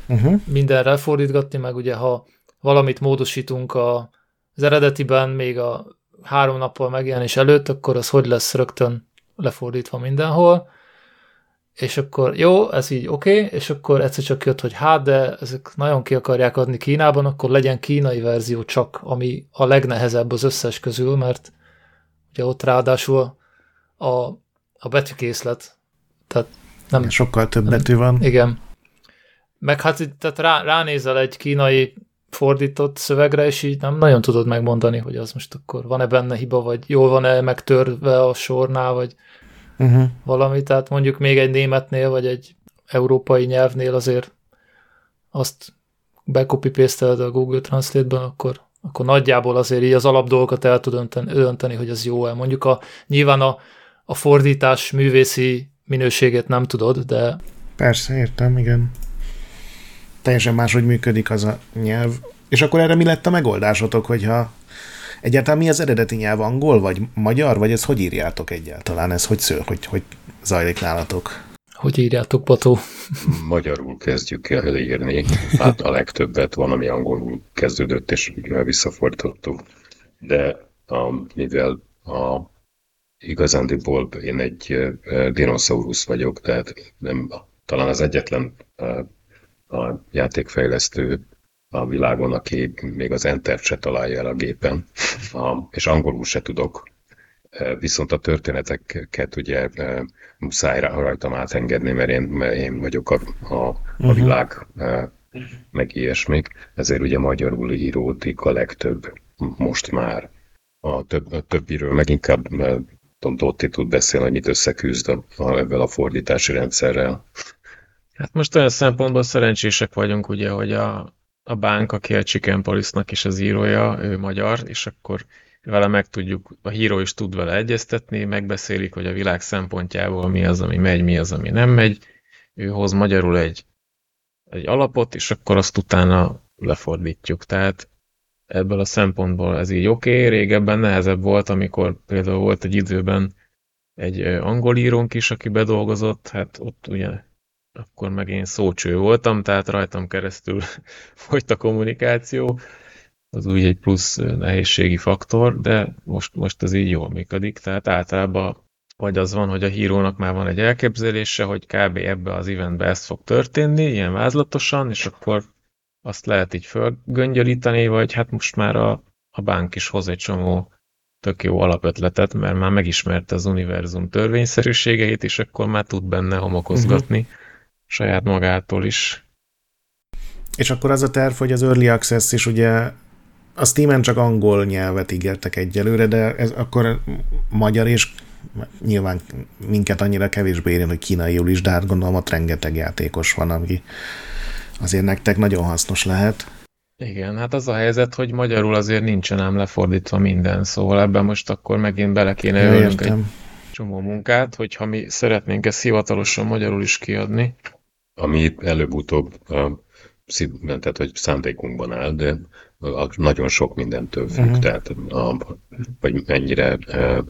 uh-huh. mindenre fordítgatni, meg ugye ha valamit módosítunk a, az eredetiben még a három nappal megjelenés előtt, akkor az hogy lesz rögtön lefordítva mindenhol, és akkor jó, ez így oké, okay, és akkor egyszer csak jött, hogy hát, de ezek nagyon ki akarják adni Kínában, akkor legyen kínai verzió csak, ami a legnehezebb az összes közül, mert ugye ott ráadásul a, a betűkészlet, tehát nem... Sokkal több betű van. Igen. Meg hát tehát rá, ránézel egy kínai fordított szövegre, és így nem nagyon tudod megmondani, hogy az most akkor van-e benne hiba, vagy jól van-e megtörve a sornál, vagy uh-huh. valami. Tehát mondjuk még egy németnél, vagy egy európai nyelvnél azért azt becopy-pasteled a Google Translate-ben, akkor, akkor nagyjából azért így az alapdolgokat el tud önteni, önteni hogy az jó-e. Mondjuk a, nyilván a, a fordítás művészi minőségét nem tudod, de... Persze, értem, igen. Teljesen máshogy működik az a nyelv. És akkor erre mi lett a megoldásotok, hogyha egyáltalán mi az eredeti nyelv, angol vagy magyar, vagy ezt hogy írjátok egyáltalán? Ez hogy szól, hogy, hogy zajlik nálatok? Hogy írjátok, Bató? Magyarul kezdjük el írni. Hát a legtöbbet van, ami angolul kezdődött, és visszafordítottuk. De a, mivel a, igazándiból én egy dinoszaurusz vagyok, tehát nem, talán az egyetlen a játékfejlesztő a világon, aki még az Enter-t se találja el a gépen, a, és angolul se tudok. Viszont a történeteket ugye muszáj rajtam átengedni, mert én, mert én vagyok a, a, a világ, meg ilyesmik. Ezért ugye magyarul íródik a legtöbb most már. A, több, a többiről meg inkább Dotti tud beszélni, hogy mit összeküzd a, a, ebben a fordítási rendszerrel. Hát most olyan szempontból szerencsések vagyunk, ugye, hogy a, a Bánk, aki a Chicken Police-nak is az írója, ő magyar, és akkor vele meg tudjuk, a híró is tud vele egyeztetni, megbeszélik, hogy a világ szempontjából mi az, ami megy, mi az, ami nem megy. Ő hoz magyarul egy, egy alapot, és akkor azt utána lefordítjuk. Tehát ebből a szempontból ez így oké, okay. Régebben nehezebb volt, amikor például volt egy időben egy angol írónk is, aki bedolgozott, hát ott ugye akkor meg én szócső voltam, tehát rajtam keresztül folyt a kommunikáció, az úgy egy plusz nehézségi faktor, de most, most ez így jól működik, tehát általában vagy az van, hogy a hírónak már van egy elképzelése, hogy kb. Ebbe az eventbe ez fog történni, ilyen vázlatosan, és akkor azt lehet így fölgöngyölíteni, vagy hát most már a, a Bánk is hoz egy csomó tök jó alapötletet, mert már megismerte az univerzum törvényszerűségeit, és akkor már tud benne homokozgatni uh-huh. saját magától is. És akkor az a terv, hogy az Early Access is ugye a Steamen csak angol nyelvet ígértek egyelőre, de ez akkor magyar és nyilván minket annyira kevésbé érjen, hogy kínaiul is, de hát gondolom ott rengeteg játékos van, ami azért nektek nagyon hasznos lehet. Igen, hát az a helyzet, hogy magyarul azért nincsen ám lefordítva minden, szóval ebben most akkor megint bele kéne ölnünk egy csomó munkát, hogyha mi szeretnénk ezt hivatalosan magyarul is kiadni. Ami előbb-utóbb tehát, hogy szándékunkban áll, de nagyon sok mindentől függ, uh-huh. tehát a, vagy mennyire uh,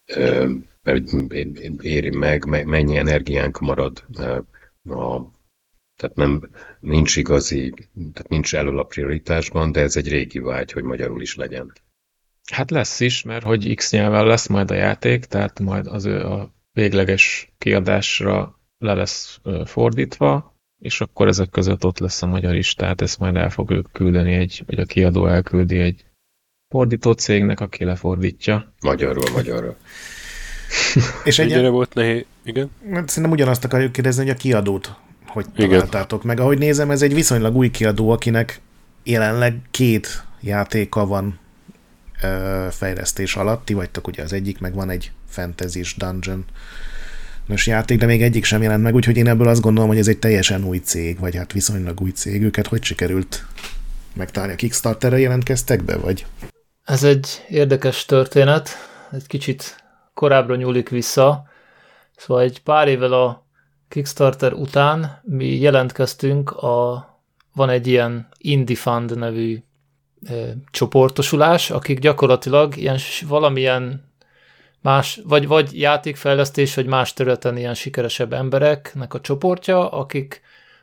uh, éri meg, mennyi energiánk marad. Uh, a, tehát nem, nincs igazi, tehát nincs elől a prioritásban, de ez egy régi vágy, hogy magyarul is legyen. Hát lesz is, mert hogy X nyelven lesz majd a játék, tehát majd az ő a végleges kiadásra le lesz fordítva, és akkor ezek között ott lesz a magyar is, tehát ezt majd el fogjuk küldeni egy, vagy a kiadó elküldi egy fordító cégnek, aki lefordítja. Magyarról, magyarra. És egyre volt nehéz, igen? Szerintem ugyanazt akarjuk kérdezni, hogy a kiadót hogy találtátok meg. Ahogy nézem, ez egy viszonylag új kiadó, akinek jelenleg két játéka van ö, fejlesztés alatt. Ti vagytok ugye az egyik, meg van egy Fantasy-s Dungeon nos játék, de még egyik sem jelent meg, úgyhogy én ebből azt gondolom, hogy ez egy teljesen új cég, vagy hát viszonylag új cég. Őket hogy sikerült megtalálni? A Kickstarterre jelentkeztek be, vagy? Ez egy érdekes történet, egy kicsit korábbra nyúlik vissza. Szóval egy pár évvel a Kickstarter után mi jelentkeztünk, a, van egy ilyen Indie Fund nevű e, csoportosulás, akik gyakorlatilag ilyen, valamilyen más, vagy, vagy játékfejlesztés, vagy más területen ilyen sikeresebb embereknek a csoportja, akik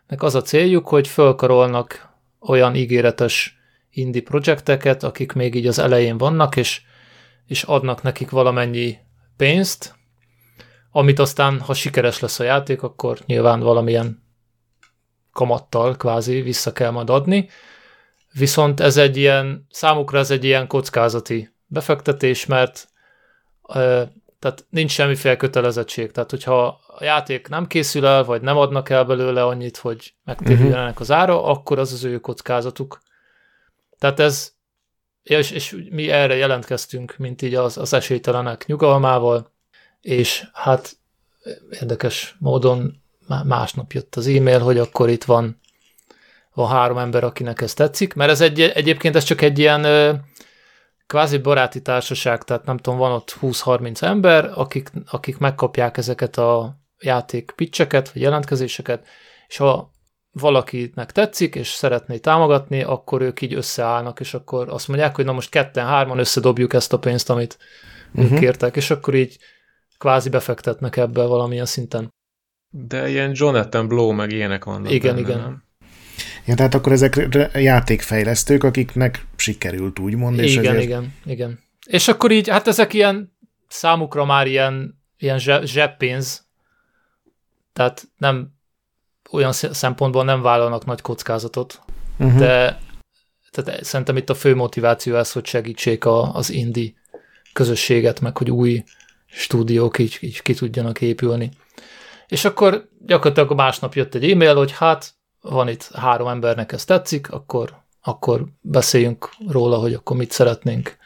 az a céljuk, hogy fölkarolnak olyan ígéretes indie projekteket, akik még így az elején vannak, és, és adnak nekik valamennyi pénzt, amit aztán, ha sikeres lesz a játék, akkor nyilván valamilyen kamattal kvázi vissza kell majd adni. Viszont ez egy ilyen, számukra ez egy ilyen kockázati befektetés, mert e, tehát nincs semmiféle kötelezettség. Tehát, hogyha a játék nem készül el, vagy nem adnak el belőle annyit, hogy megtérüljenek uh-huh. az ára, akkor az az ő kockázatuk. Tehát ez, és, és mi erre jelentkeztünk, mint így az, az esélytelenek nyugalmával, és hát érdekes módon másnap jött az e-mail, hogy akkor itt van, van három ember, akinek ez tetszik, mert ez egy, egyébként ez csak egy ilyen kvázi baráti társaság, tehát nem tudom, van ott húsz-harminc ember, akik, akik megkapják ezeket a játék pitcheket, vagy jelentkezéseket, és ha valakinek tetszik, és szeretné támogatni, akkor ők így összeállnak, és akkor azt mondják, hogy na most ketten-hárman összedobjuk ezt a pénzt, amit uh-huh. kértek, és akkor így kvázi befektetnek ebbe valamilyen szinten. De ilyen Jonathan Blow meg ilyenek vannak. Igen, benne, igen. Nem? Ja, tehát akkor ezek játékfejlesztők, akiknek sikerült, úgymond. És igen, ezért... igen, igen. És akkor így, hát ezek ilyen számukra már ilyen, ilyen zseppénz, tehát nem olyan szempontból nem vállalnak nagy kockázatot, uh-huh. de tehát szerintem itt a fő motiváció az, hogy segítsék a, az indie közösséget, meg hogy új stúdiók így, így ki tudjanak épülni. És akkor gyakorlatilag másnap jött egy e-mail, hogy hát van itt három embernek ez tetszik, akkor, akkor beszéljünk róla, hogy akkor mit szeretnénk,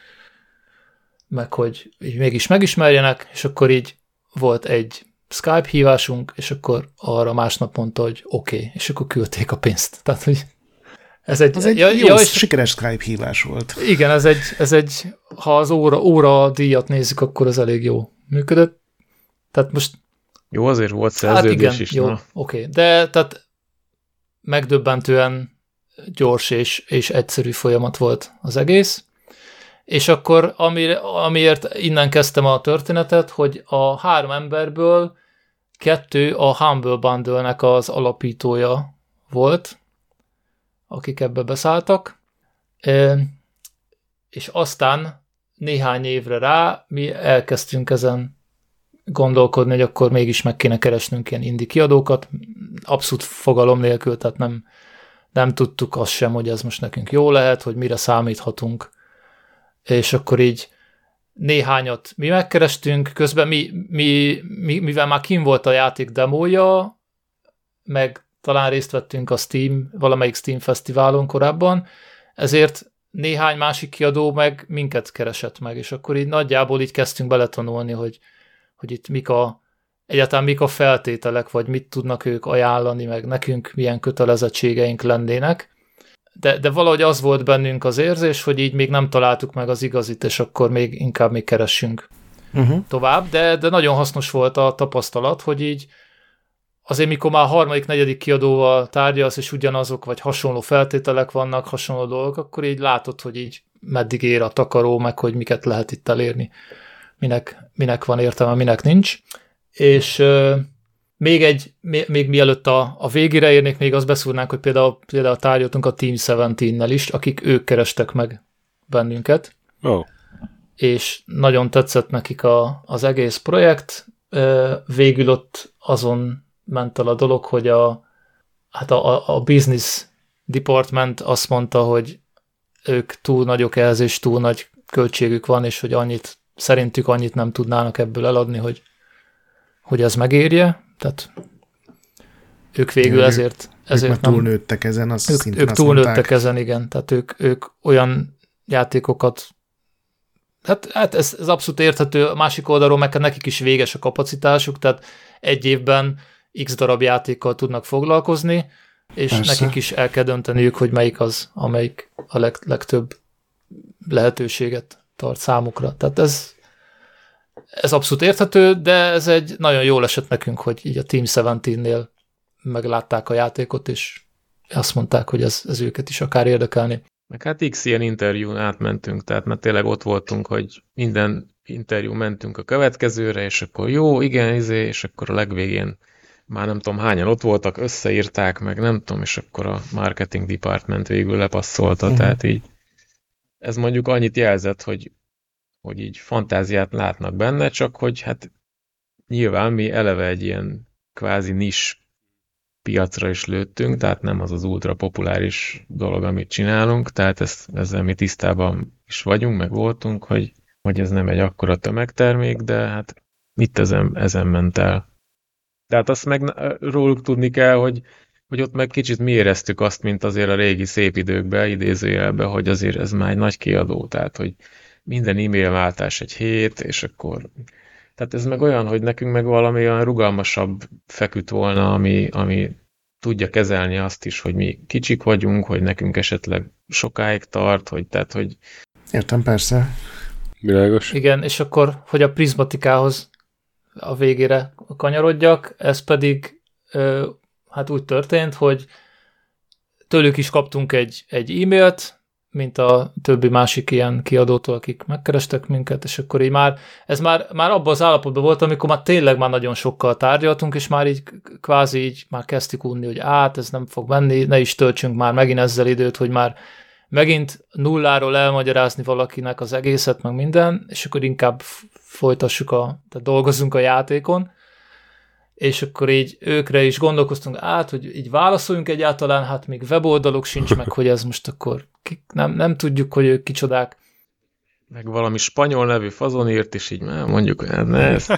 meg hogy így mégis megismerjenek, és akkor így volt egy Skype hívásunk, és akkor arra másnap mondta, hogy oké, okay, és akkor küldték a pénzt. Tehát, hogy ez egy, az egy ja, jó, ja, és, sikeres Skype hívás volt. Igen, ez egy, ez egy ha az óra, óra díjat nézzük, akkor ez elég jó működött. Tehát most jó, azért volt szerződés hát igen, is. Jó, oké. Okay. De tehát megdöbbentően gyors és, és egyszerű folyamat volt az egész. És akkor ami, amiért innen kezdtem a történetet, hogy a három emberből kettő a Humble Bundle-nek az alapítója volt, akik ebbe beszálltak. És aztán néhány évre rá mi elkezdtünk ezen gondolkodni, hogy akkor mégis meg kéne keresnünk ilyen indie kiadókat, abszolút fogalom nélkül, tehát nem, nem tudtuk azt sem, hogy ez most nekünk jó lehet, hogy mire számíthatunk. És akkor így néhányat mi megkerestünk, közben mi, mi, mi, mivel már kim volt a játék demója, meg talán részt vettünk a Steam, valamelyik Steam fesztiválon korábban, ezért néhány másik kiadó meg minket keresett meg, és akkor így nagyjából így kezdtünk beletanulni, hogy, hogy itt mik a, egyáltalán mik a feltételek, vagy mit tudnak ők ajánlani, meg nekünk milyen kötelezettségeink lennének. De, de valahogy az volt bennünk az érzés, hogy így még nem találtuk meg az igazit, és akkor még inkább még keressünk uh-huh. tovább, de, de nagyon hasznos volt a tapasztalat, hogy így azért mikor már harmadik, negyedik kiadóval tárgyalsz, és ugyanazok, vagy hasonló feltételek vannak, hasonló dolgok, akkor így látod, hogy így meddig ér a takaró, meg hogy miket lehet itt elérni, minek, minek van értelme, minek nincs. És euh, még egy, még, még mielőtt a, a végére érnék, még azt beszúrnánk, hogy például, például tárgyaltunk a Team tizenkettel is, akik ők kerestek meg bennünket. Oh. És nagyon tetszett nekik a, az egész projekt. Végül ott azon ment el a dolog, hogy a, hát a, a business department azt mondta, hogy ők túl nagyok ehhez, és túl nagy költségük van, és hogy annyit, szerintük annyit nem tudnának ebből eladni, hogy, hogy ez megérje. Tehát ők végül ezért, ezért ők nem... túlnőttek ezen, azt ők, ők túlnőttek ezen, igen. Tehát ők, ők olyan játékokat, hát, hát ez, ez abszolút érthető, a másik oldalról meg nekik is véges a kapacitásuk, tehát egy évben x darab játékkal tudnak foglalkozni, és persze. Nekik is el kell dönteniük, hogy melyik az, amelyik a leg, legtöbb lehetőséget tart számukra. Tehát ez, ez abszolút érthető, de ez egy nagyon jól esett nekünk, hogy így a Team tizenkettőnél meglátták a játékot, és azt mondták, hogy ez, ez őket is akár érdekelni. Meg hát x ilyen interjún átmentünk, tehát mert tényleg ott voltunk, hogy minden interjú mentünk a következőre, és akkor jó, igen, izé, és akkor a legvégén már nem tudom hányan ott voltak, összeírták, meg nem tudom, és akkor a marketing department végül lepasszolta, uh-huh. tehát így ez mondjuk annyit jelzett, hogy, hogy így fantáziát látnak benne, csak hogy hát nyilván mi eleve egy ilyen kvázi nis piacra is lőttünk, tehát nem az az ultra populáris dolog, amit csinálunk, tehát ezt, ezzel mi tisztában is vagyunk, meg voltunk, hogy, hogy ez nem egy akkora tömegtermék, de hát itt ezen, ezen ment el. Tehát azt meg róluk tudni kell, hogy, hogy ott meg kicsit mi éreztük azt, mint azért a régi szép időkben, idézőjelben, hogy azért ez már egy nagy kiadó, tehát hogy minden e-mail váltás egy hét, és akkor... Tehát ez meg olyan, hogy nekünk meg valami olyan rugalmasabb feküdt volna, ami, ami tudja kezelni azt is, hogy mi kicsik vagyunk, hogy nekünk esetleg sokáig tart, hogy tehát, hogy... Értem, persze. Világos. Igen, és akkor, hogy a prizmatikához a végére kanyarodjak, ez pedig ö, hát úgy történt, hogy tőlük is kaptunk egy, egy e-mailt, mint a többi másik ilyen kiadótól, akik megkerestek minket, és akkor így már, ez már, már abban az állapotban volt, amikor már tényleg már nagyon sokkal tárgyaltunk, és már így kvázi így már kezdtük unni, hogy át, ez nem fog menni, ne is töltsünk már megint ezzel időt, hogy már megint nulláról elmagyarázni valakinek az egészet, meg minden, és akkor inkább folytassuk a, tehát dolgozzunk a játékon, és akkor így őkre is gondolkoztunk át, hogy így válaszoljunk egyáltalán, hát még weboldaluk sincs meg, hogy ez most akkor ki, nem, nem tudjuk, hogy ők kicsodák. Meg valami spanyol nevű fazon írt, és így már mondjuk, hát ne ezt.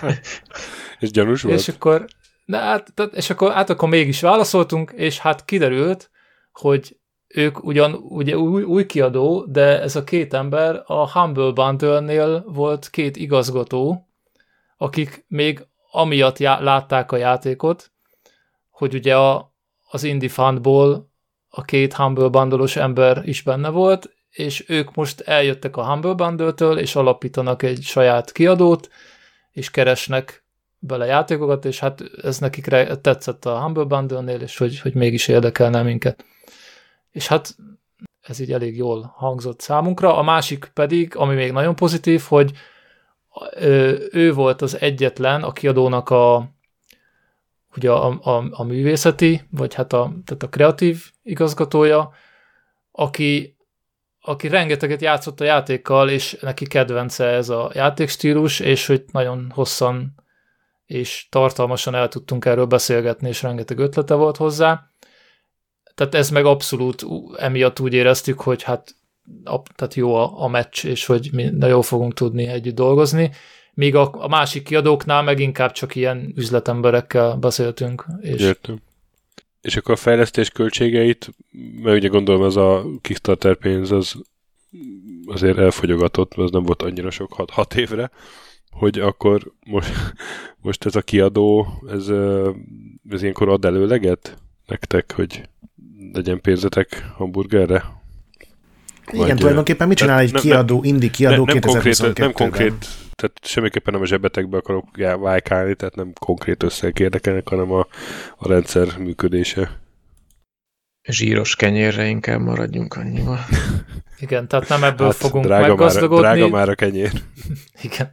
És gyanús volt? És akkor, de hát, és akkor, hát akkor mégis válaszoltunk, és hát kiderült, hogy ők ugyan ugye új, új kiadó, de ez a két ember a Humble Bundle-nél volt két igazgató, akik még amiatt já- látták a játékot, hogy ugye a, az Indie Fundból a két Humble Bundle-os ember is benne volt, és ők most eljöttek a Humble Bundle-től, és alapítanak egy saját kiadót, és keresnek bele játékokat, és hát ez nekik tetszett a Humble Bundle-nél, és hogy, hogy mégis érdekelne minket. És hát ez így elég jól hangzott számunkra. A másik pedig, ami még nagyon pozitív, hogy ő volt az egyetlen a kiadónak a, ugye a, a, a művészeti, vagy hát a, tehát a kreatív igazgatója, aki, aki rengeteget játszott a játékkal, és neki kedvence ez a játékstílus, és hogy nagyon hosszan és tartalmasan el tudtunk erről beszélgetni, és rengeteg ötlete volt hozzá. Tehát ez meg abszolút emiatt úgy éreztük, hogy hát a, tehát jó a, a meccs, és hogy mi nagyon fogunk tudni együtt dolgozni. Míg a, a másik kiadóknál meg inkább csak ilyen üzletemberekkel beszéltünk. És... Értem. És akkor a fejlesztés költségeit, mert ugye gondolom ez a Kickstarter pénz az azért elfogyogatott, mert az nem volt annyira sok hat, hat évre, hogy akkor most, most ez a kiadó, ez, ez ilyenkor ad előleget nektek, hogy legyen pénzetek hamburgerre? Igen, Vagy, tulajdonképpen mit csinál egy nem, kiadó, nem, indie kiadó nem, kétezer-huszonkettőben? Nem konkrét, tehát semmiképpen nem a zsebetekbe akarok vájkálni, tehát nem konkrét összegek érdekelnek, hanem a, a rendszer működése. Zsíros kenyérre inkább maradjunk annyival. Igen, tehát nem ebből hát fogunk drága meggazdagodni. Már, drága már a kenyér. Igen.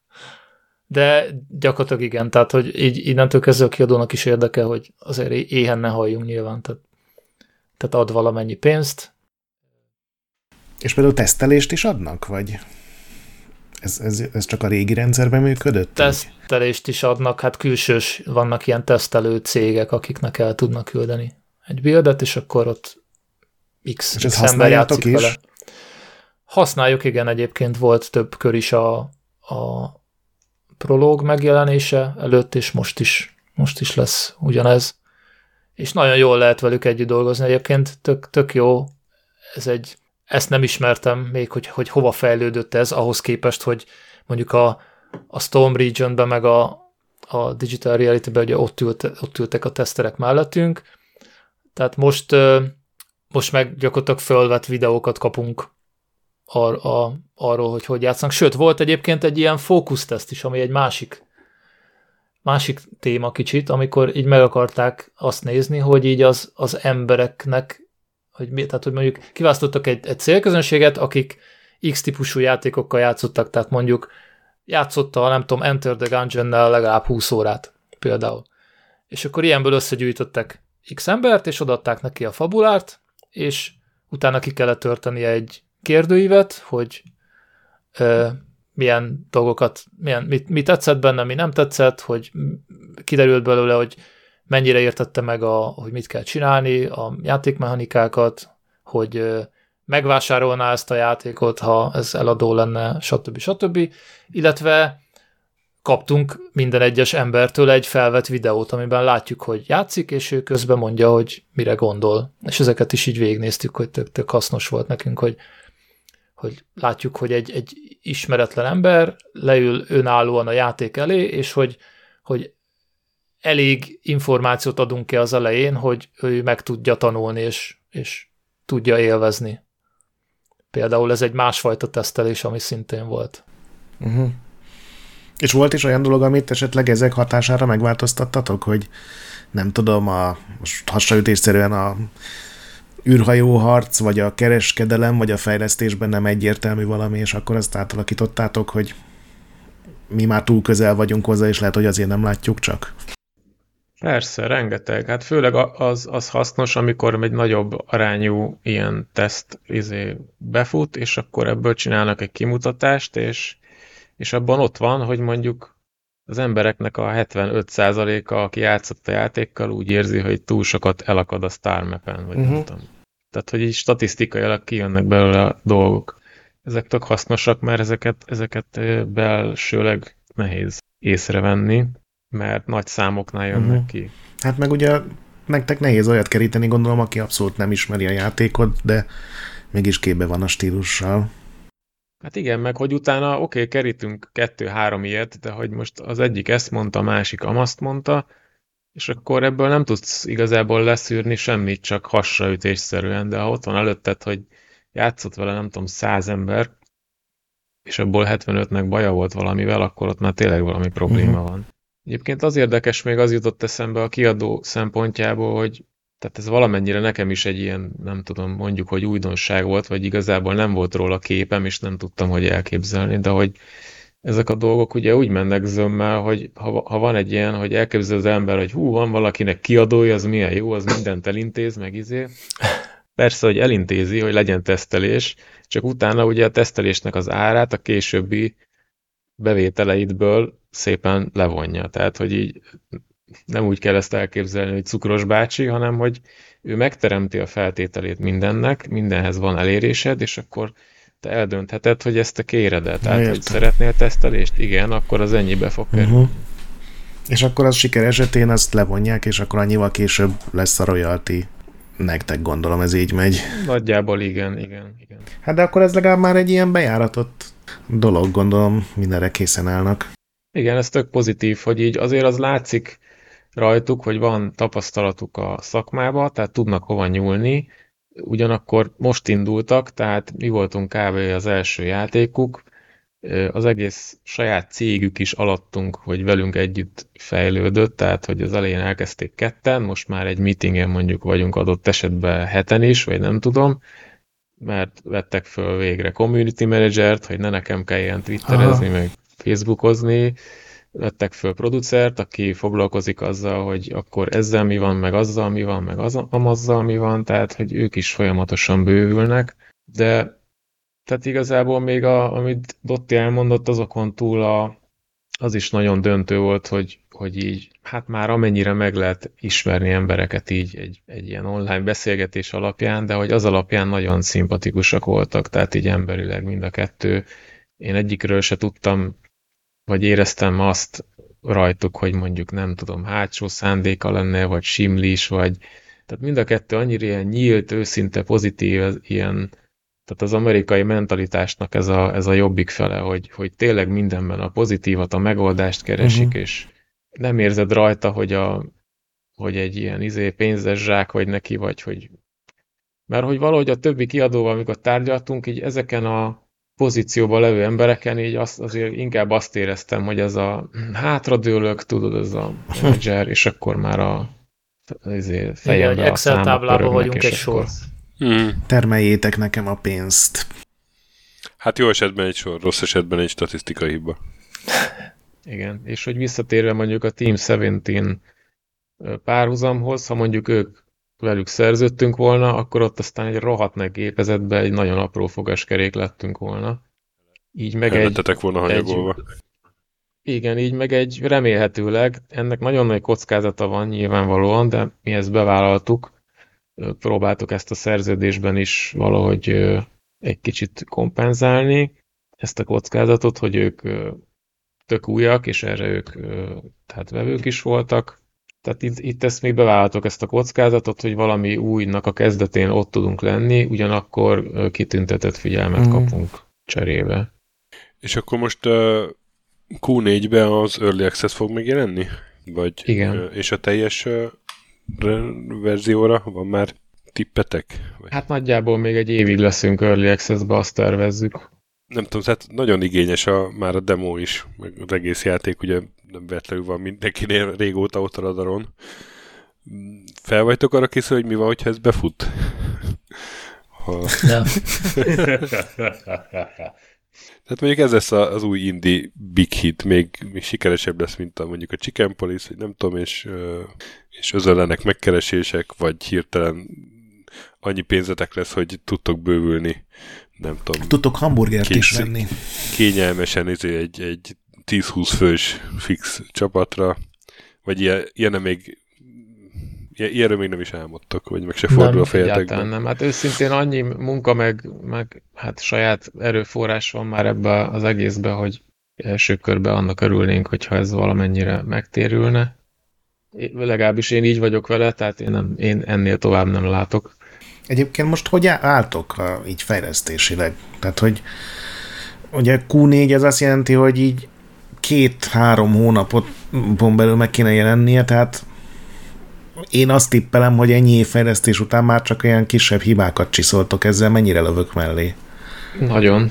De gyakorlatilag igen, tehát hogy így innentől kezdve a kiadónak is érdekel, hogy azért éhen ne halljunk nyilván, tehát, tehát ad valamennyi pénzt. És például tesztelést is adnak, vagy ez, ez, ez csak a régi rendszerben működött? Tesztelést is adnak, hát külsős, vannak ilyen tesztelő cégek, akiknek el tudnak küldeni egy buildet, és akkor ott X, és X ember játszik is? Vele. Használjuk, igen, egyébként volt több kör is a, a prológ megjelenése előtt, és most is, most is lesz ugyanez. És nagyon jól lehet velük együtt dolgozni egyébként, tök, tök jó. Ez egy, ezt nem ismertem még, hogy, hogy hova fejlődött ez, ahhoz képest, hogy mondjuk a, a Storm Region-ben, meg a, a Digital Reality-ben ugye ott, ült, ott ültek a teszterek mellettünk. Tehát most, most meg gyakorlatilag fölvett videókat kapunk ar, a, arról, hogy hogy játszanak. Sőt, volt egyébként egy ilyen fókuszteszt is, ami egy másik, másik téma kicsit, amikor így meg akarták azt nézni, hogy így az, az embereknek, hogy mi, tehát hogy mondjuk kiválasztottak egy, egy célközönséget, akik X-típusú játékokkal játszottak, tehát mondjuk játszotta, nem tudom, Enter the Gungeon-nel legalább húsz órát például. És akkor ilyenből összegyűjtöttek X embert, és odaadták neki a fabulárt, és utána ki kellett törteni egy kérdőívet, hogy ö, milyen dolgokat, milyen, mit, mi tetszett benne, mi nem tetszett, hogy kiderült belőle, hogy mennyire értette meg, a, hogy mit kell csinálni, a játékmechanikákat, hogy ö, megvásárolná ezt a játékot, ha ez eladó lenne, stb. stb. Illetve kaptunk minden egyes embertől egy felvett videót, amiben látjuk, hogy játszik, és ő közben mondja, hogy mire gondol. És ezeket is így végignéztük, hogy tök, tök hasznos volt nekünk, hogy, hogy látjuk, hogy egy, egy ismeretlen ember leül önállóan a játék elé, és hogy, hogy elég információt adunk ki az elején, hogy ő meg tudja tanulni, és, és tudja élvezni. Például ez egy másfajta tesztelés, ami szintén volt. Uh-huh. És volt is olyan dolog, amit esetleg ezek hatására megváltoztattatok, hogy nem tudom, a, most hasraütésszerűen a űrhajóharc, vagy a kereskedelem, vagy a fejlesztésben nem egyértelmű valami, és akkor azt átalakítottátok, hogy mi már túl közel vagyunk hozzá, és lehet, hogy azért nem látjuk csak. Persze, rengeteg. Hát főleg az, az hasznos, amikor egy nagyobb arányú ilyen teszt izé befut, és akkor ebből csinálnak egy kimutatást, és, és abban ott van, hogy mondjuk az embereknek a hetvenöt százaléka, aki játszott a játékkal, úgy érzi, hogy túl sokat elakad a Star Map-en, vagy uh-huh. nem tudom. Tehát, hogy így statisztikailag kijönnek belőle a dolgok. Ezek tök hasznosak, mert ezeket, ezeket belsőleg nehéz észrevenni, mert nagy számoknál jönnek uh-huh. ki. Hát meg ugye nektek nehéz olyat keríteni, gondolom, aki abszolút nem ismeri a játékot, de mégis képbe van a stílussal. Hát igen, meg hogy utána oké, okay, kerítünk kettő-három ilyet, de hogy most az egyik ezt mondta, a másik amazt mondta, és akkor ebből nem tudsz igazából leszűrni semmit, csak hasraütésszerűen, de ha ott van előtted, hogy játszott vele, nem tudom, száz ember, és abból hetvenötnek baja volt valamivel, akkor ott már tényleg valami probléma uh-huh. van. Egyébként az érdekes, még az jutott eszembe a kiadó szempontjából, hogy tehát ez valamennyire nekem is egy ilyen, nem tudom, mondjuk, hogy újdonság volt, vagy igazából nem volt róla képem, és nem tudtam, hogy elképzelni, de hogy ezek a dolgok ugye úgy mennek zömmel, hogy ha, ha van egy ilyen, hogy elképzel az ember, hogy hú, van valakinek kiadója, az milyen jó, az mindent elintéz, meg izé. Persze, hogy elintézi, hogy legyen tesztelés, csak utána ugye a tesztelésnek az árát a későbbi bevételeidből szépen levonja. Tehát, hogy így nem úgy kell ezt elképzelni, hogy cukros bácsi, hanem, hogy ő megteremti a feltételét mindennek, mindenhez van elérésed, és akkor te eldöntheted, hogy ezt te kéred el. Tehát, hogy szeretnél tesztelést? Igen, akkor az ennyibe fog kerülni. Uh-huh. És akkor az siker esetén azt levonják, és akkor annyival később lesz a royalty. Nektek gondolom, ez így megy. Nagyjából igen, igen, igen. Hát de akkor ez legalább már egy ilyen bejáratott dolog, gondolom, mindenre készen állnak. Igen, ez tök pozitív, hogy így azért az látszik rajtuk, hogy van tapasztalatuk a szakmába, tehát tudnak hova nyúlni, ugyanakkor most indultak, tehát mi voltunk kb. Az első játékuk, az egész saját cégük is alattunk, hogy velünk együtt fejlődött, tehát hogy az elején elkezdték ketten, most már egy meetingen mondjuk vagyunk adott esetben heten is, vagy nem tudom, mert vettek föl végre community managert, hogy ne nekem kelljen twitterezni, Aha. meg facebookozni, vettek föl producert, aki foglalkozik azzal, hogy akkor ezzel mi van, meg azzal mi van, meg az, amazzal mi van, tehát hogy ők is folyamatosan bővülnek, de tehát igazából még a, amit Dotti elmondott, azokon túl a, az is nagyon döntő volt, hogy, hogy így, hát már amennyire meg lehet ismerni embereket így egy, egy ilyen online beszélgetés alapján, de hogy az alapján nagyon szimpatikusak voltak, tehát így emberileg mind a kettő. Én egyikről se tudtam, vagy éreztem azt rajtuk, hogy mondjuk nem tudom, hátsó szándéka lenne, vagy simlis, vagy tehát mind a kettő annyira ilyen nyílt, őszinte, pozitív, ilyen. Tehát az amerikai mentalitásnak ez a, ez a jobbik fele, hogy, hogy tényleg mindenben a pozitívat, a megoldást keresik, uh-huh. és nem érzed rajta, hogy, a, hogy egy ilyen izé pénzes zsák vagy neki, vagy hogy... Mert hogy valahogy a többi kiadóval, amikor tárgyaltunk, így ezeken a pozícióban levő embereken így azt, azért inkább azt éreztem, hogy ez a hátradőlök, tudod, ez a menedzser, és akkor már a izé, fejembe a számok táblában vagyunk egy sor. Hmm. Termeljétek nekem a pénzt. Hát jó esetben egy sor, rossz esetben egy statisztikai hiba. Igen, és hogy visszatérve mondjuk a Team tizenhét párhuzamhoz, ha mondjuk ők velük szerződtünk volna, akkor ott aztán egy rohadt nagy gépezetbe egy nagyon apró fogaskerék lettünk volna. Így meg egy, volna hanyagolva. Egy, igen, így meg egy remélhetőleg, ennek nagyon nagy kockázata van nyilvánvalóan, de mi ezt bevállaltuk, próbáltuk ezt a szerződésben is valahogy egy kicsit kompenzálni, ezt a kockázatot, hogy ők tök újak, és erre ők tehát vevők is voltak. Tehát itt, itt ezt még bevállaltuk ezt a kockázatot, hogy valami újnak a kezdetén ott tudunk lenni, ugyanakkor kitüntetett figyelmet mm. kapunk cserébe. És akkor most uh, kú négyben az Early Access fog megjelenni? Vagy, igen. Uh, és a teljes uh, verzióra van már tippetek? Vagy? Hát nagyjából még egy évig leszünk Early Access-be, azt tervezzük. Nem tudom, tehát nagyon igényes a, már a demo is, meg az egész játék, ugye nem véletlenül van mindenkinél régóta ott a radaron. Fel vagytok arra készül, hogy mi van, hogyha ez befut? Ha... Nem. Tehát mondjuk ez lesz az új indie big hit, még, még sikeresebb lesz, mint a, mondjuk a Chicken Police, vagy nem tudom, és, és özönlenek megkeresések, vagy hirtelen annyi pénzetek lesz, hogy tudtok bővülni, nem tudom. Tudtok hamburgert kész, is venni. Kényelmesen egy, egy tíz-húsz fős fix csapatra, vagy ilyen, ilyen még ilyenről még nem is álmodtok, vagy meg se fordul a fejetekben. Nem, hát őszintén annyi munka, meg, meg hát saját erőforrás van már ebbe az egészbe, hogy első körben annak örülnénk, hogyha ez valamennyire megtérülne. Én, legalábbis én így vagyok vele, tehát én, nem, én ennél tovább nem látok. Egyébként most hogy álltok a, így fejlesztésileg? Tehát, hogy ugye kú négy ez azt jelenti, hogy így két-három hónapot belül meg kéne jelennie, tehát én azt tippelem, hogy ennyi év fejlesztés után már csak olyan kisebb hibákat csiszoltok, ezzel mennyire lövök mellé? Nagyon.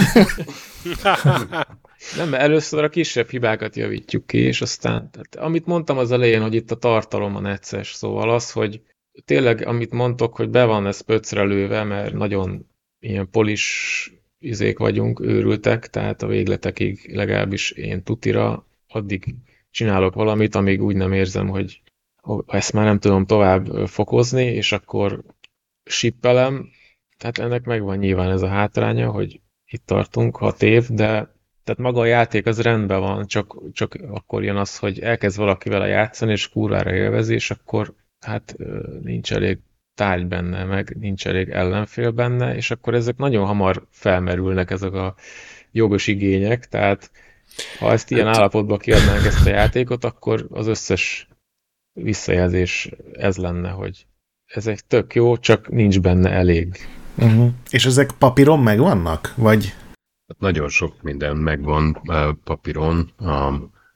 Nem, mert először a kisebb hibákat javítjuk ki, és aztán, tehát, amit mondtam az elején, hogy itt a tartalom a necces, szóval az, hogy tényleg, amit mondtok, hogy be van ez pöcre lőve, mert nagyon ilyen polis izék vagyunk, őrültek, tehát a végletekig legalábbis én tutira, addig csinálok valamit, amíg úgy nem érzem, hogy ezt már nem tudom tovább fokozni, és akkor sippelem, tehát ennek megvan nyilván ez a hátránya, hogy itt tartunk hat év, de tehát maga a játék az rendben van, csak, csak akkor jön az, hogy elkezd valaki vele játszani, és kurvára élvezi, és akkor hát nincs elég tárgy benne, meg nincs elég ellenfél benne, és akkor ezek nagyon hamar felmerülnek, ezek a jogos igények, tehát ha ezt ilyen állapotban kiadnánk ezt a játékot, akkor az összes visszajelzés ez lenne, hogy ezek tök jó, csak nincs benne elég. Uh-huh. És ezek papíron megvannak? Vagy? Nagyon sok minden megvan uh, papíron, a,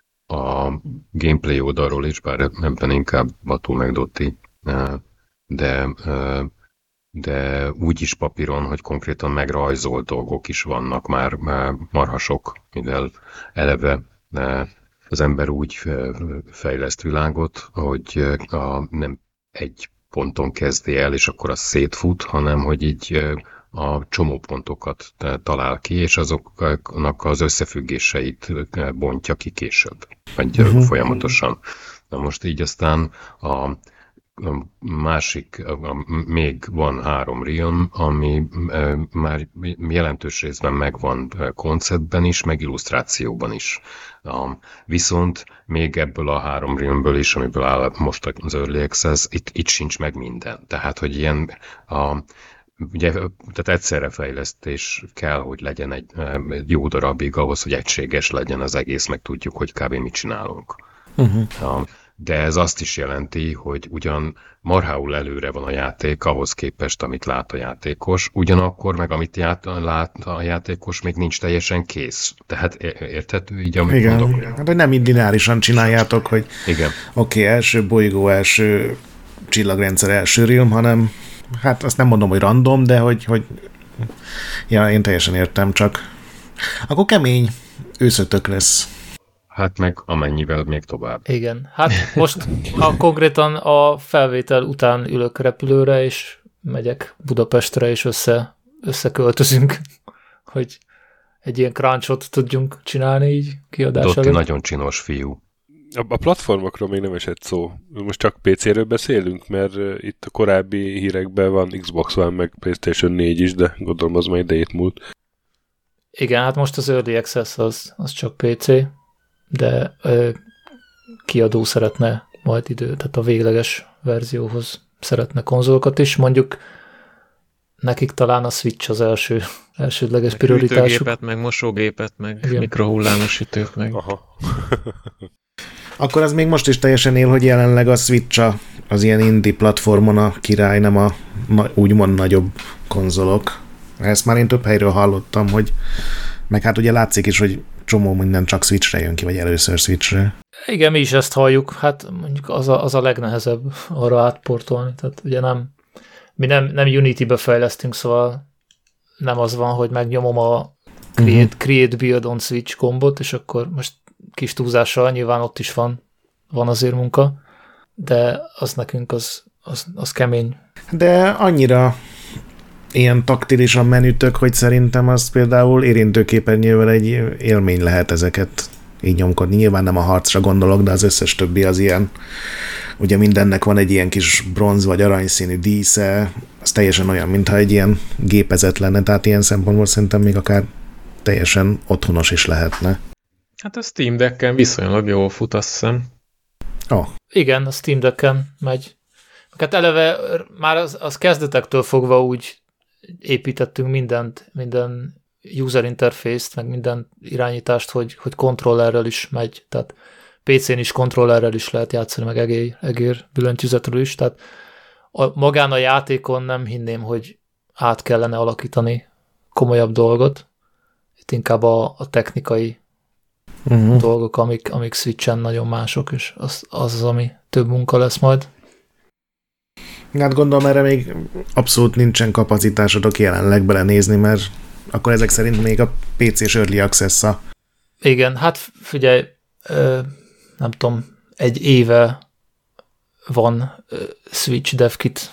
a gameplay oldalról is, bár ebben inkább Batu meg Dotti, uh, de, uh, de úgy is papíron, hogy konkrétan megrajzolt dolgok is vannak már uh, marhasok, mivel eleve uh, az ember úgy fejleszt világot, hogy a, nem egy ponton kezdi el, és akkor az szétfut, hanem hogy így a csomópontokat talál ki, és azoknak az összefüggéseit bontja ki később, vagy uh-huh. folyamatosan. Na most így aztán a A másik, még van három realm, ami már jelentős részben megvan konceptben is, meg illusztrációban is. Viszont még ebből a három realmből is, amiből áll most az Early Access, itt, itt sincs meg minden. Tehát, hogy ilyen, a, ugye, tehát egyszerre fejlesztés kell, hogy legyen egy, egy jó darabig ahhoz, hogy egységes legyen az egész, meg tudjuk, hogy kb. Mit csinálunk. Uh-huh. De ez azt is jelenti, hogy ugyan marhául előre van a játék ahhoz képest, amit lát a játékos, ugyanakkor meg amit ját, lát a játékos, még nincs teljesen kész. Tehát érthető így, amit igen. mondok? Hát, hogy nem lineárisan csináljátok, hogy oké, okay, első bolygó, első csillagrendszer, első realm, hanem hát azt nem mondom, hogy random, de hogy, hogy ja, én teljesen értem, csak akkor kemény őszötök lesz. Hát meg amennyivel még tovább. Igen, hát most ha konkrétan a felvétel után ülök repülőre, és megyek Budapestre, és össze, összeköltözünk, hogy egy ilyen crunchot tudjunk csinálni így kiadás Dotti előtt. nagyon csinos fiú. A, a platformokról még nem esett szó. Most csak pé céről beszélünk, mert uh, itt a korábbi hírekben van Xbox One, meg PlayStation négy is, de gondolom az már idejét múlt. Igen, hát most az Early Access az, az csak pé cé, de ö, kiadó szeretne majd idő, tehát a végleges verzióhoz szeretne konzolokat is. Mondjuk nekik talán a Switch az első, elsődleges meg prioritásuk. Hűtőgépet, meg mosógépet, meg igen. Mikrohullámosítőt, meg... Aha. Akkor az még most is teljesen él, hogy jelenleg a Switch az ilyen indie platformon a király, nem a na, úgymond nagyobb konzolok. Ezt már én több helyről hallottam, hogy meg hát ugye látszik is, hogy csomó minden csak Switchre jön ki, vagy először Switchre. Igen, mi is ezt halljuk, hát mondjuk az a, az a legnehezebb arra átportolni, tehát ugye nem, mi nem, nem Unity-be fejlesztünk, szóval nem az van, hogy megnyomom a Create, uh-huh. create Build on Switch gombot, és akkor most kis túlzással nyilván ott is van, van azért munka, de az nekünk az, az, az kemény. De annyira ilyen taktilisan menütök, hogy szerintem az például érintőképernyővel egy élmény lehet ezeket így nyomkodni. Nyilván nem a harcra gondolok, de az összes többi az ilyen, ugye mindennek van egy ilyen kis bronz vagy aranyszínű dísze, az teljesen olyan, mintha egy ilyen gépezet lenne, tehát ilyen szempontból szerintem még akár teljesen otthonos is lehetne. Hát a Steam Decken viszonylag jól fut, azt hiszem. Oh. Igen, a Steam Decken megy. Hát eleve már az, az kezdetektől fogva úgy építettünk mindent, minden user interface-t, meg minden irányítást, hogy, hogy kontrollerrel is megy, tehát pé cén is kontrollerrel is lehet játszani, meg egér, egér billentyűzetről is, tehát a, magán a játékon nem hinném, hogy át kellene alakítani komolyabb dolgot, itt inkább a, a technikai uh-huh. dolgok, amik, amik Switchen nagyon mások, és az, az az, ami több munka lesz majd. Hát gondolom, erre még abszolút nincsen kapacitásotok jelenleg belenézni, mert akkor ezek szerint még a pé cés Early Access-a. Igen, hát figyelj, nem tudom, egy éve van Switch DevKit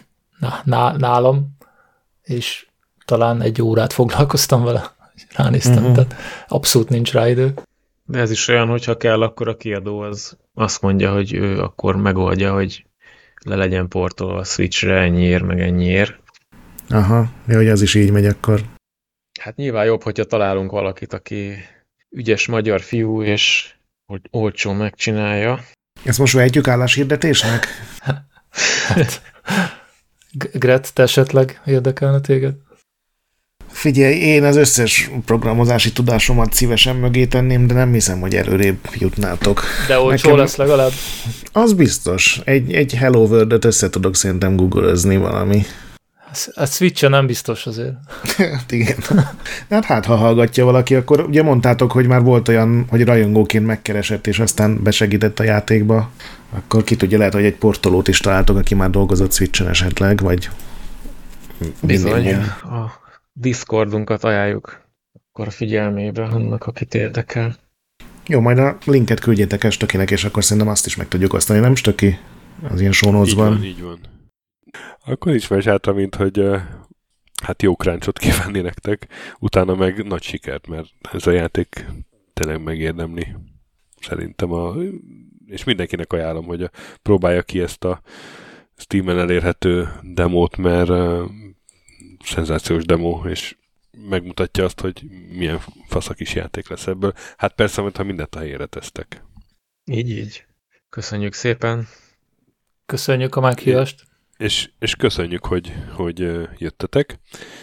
nálam, és talán egy órát foglalkoztam vele, ránéztem, uh-huh. tehát abszolút nincs rá idő. De ez is olyan, hogyha kell, akkor a kiadó az azt mondja, hogy ő akkor megoldja, hogy le legyen portolva a Switchre ennyiért, meg ennyiért. Aha, jó, hogy az is így megy akkor. Hát nyilván jobb, hogyha találunk valakit, aki ügyes magyar fiú, és hogy olcsó megcsinálja. Ezt most vehetjük álláshirdetésnek? Hát, Gret, te esetleg érdekelne téged? Figyelj, én az összes programozási tudásomat szívesen mögé tenném, de nem hiszem, hogy előrébb jutnátok. De olcsó Nekem... lesz legalább? Az biztos. Egy, egy Hello World-öt össze tudok szerintem googlezni valami. A Switch-en nem biztos azért. Hát igen. Hát hát, ha hallgatja valaki, akkor ugye mondtátok, hogy már volt olyan, hogy rajongóként megkeresett, és aztán besegített a játékba. Akkor ki tudja, lehet, hogy egy portolót is találtok, aki már dolgozott Switch-en esetleg, vagy... Bizony. A Discordunkat ajánljuk akkor a figyelmébe annak, akit érdekel. Jó, majd a linket küldjétek el Stökinek, és akkor szerintem azt is meg tudjuk osztani, nem Stöki? Az ilyen show notes-ban. Így van, így van. Akkor nincs más hátra, mint hogy uh, hát jó crunchot kívánni nektek, utána meg nagy sikert, mert ez a játék tényleg megérdemli. Szerintem a... és mindenkinek ajánlom, hogy a, próbálja ki ezt a Steamen elérhető demót, mert uh, szenzációs demo, és megmutatja azt, hogy milyen fasz a kis játék lesz ebből. Hát persze, mintha mindent a helyére tesztek. Így, így. Köszönjük szépen. Köszönjük a meghívást. És, és köszönjük, hogy, hogy jöttetek.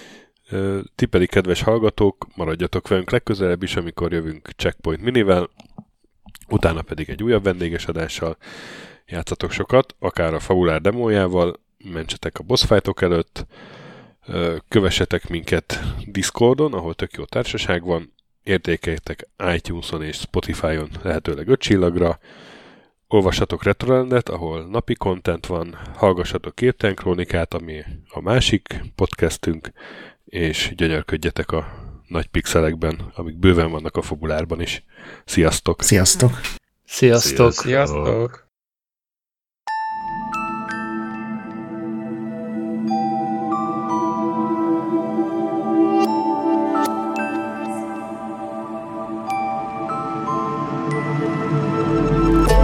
Ti pedig, kedves hallgatók, maradjatok velünk legközelebb is, amikor jövünk Checkpoint Minivel, utána pedig egy újabb vendéges adással. Játszatok sokat, akár a Fabulár demójával, mentsetek a boss fightok előtt, kövessetek minket Discordon, ahol tök jó társaság van, értékeljetek iTunes-on és Spotify-on lehetőleg öt csillagra, olvassatok Retrolandet, ahol napi content van, hallgassatok Képtelen Krónikát, ami a másik podcastünk, és gyönyörködjetek a nagy pixelekben, amik bőven vannak a Fabulárban is. Sziasztok! Sziasztok! Sziasztok! Sziasztok! Sziasztok.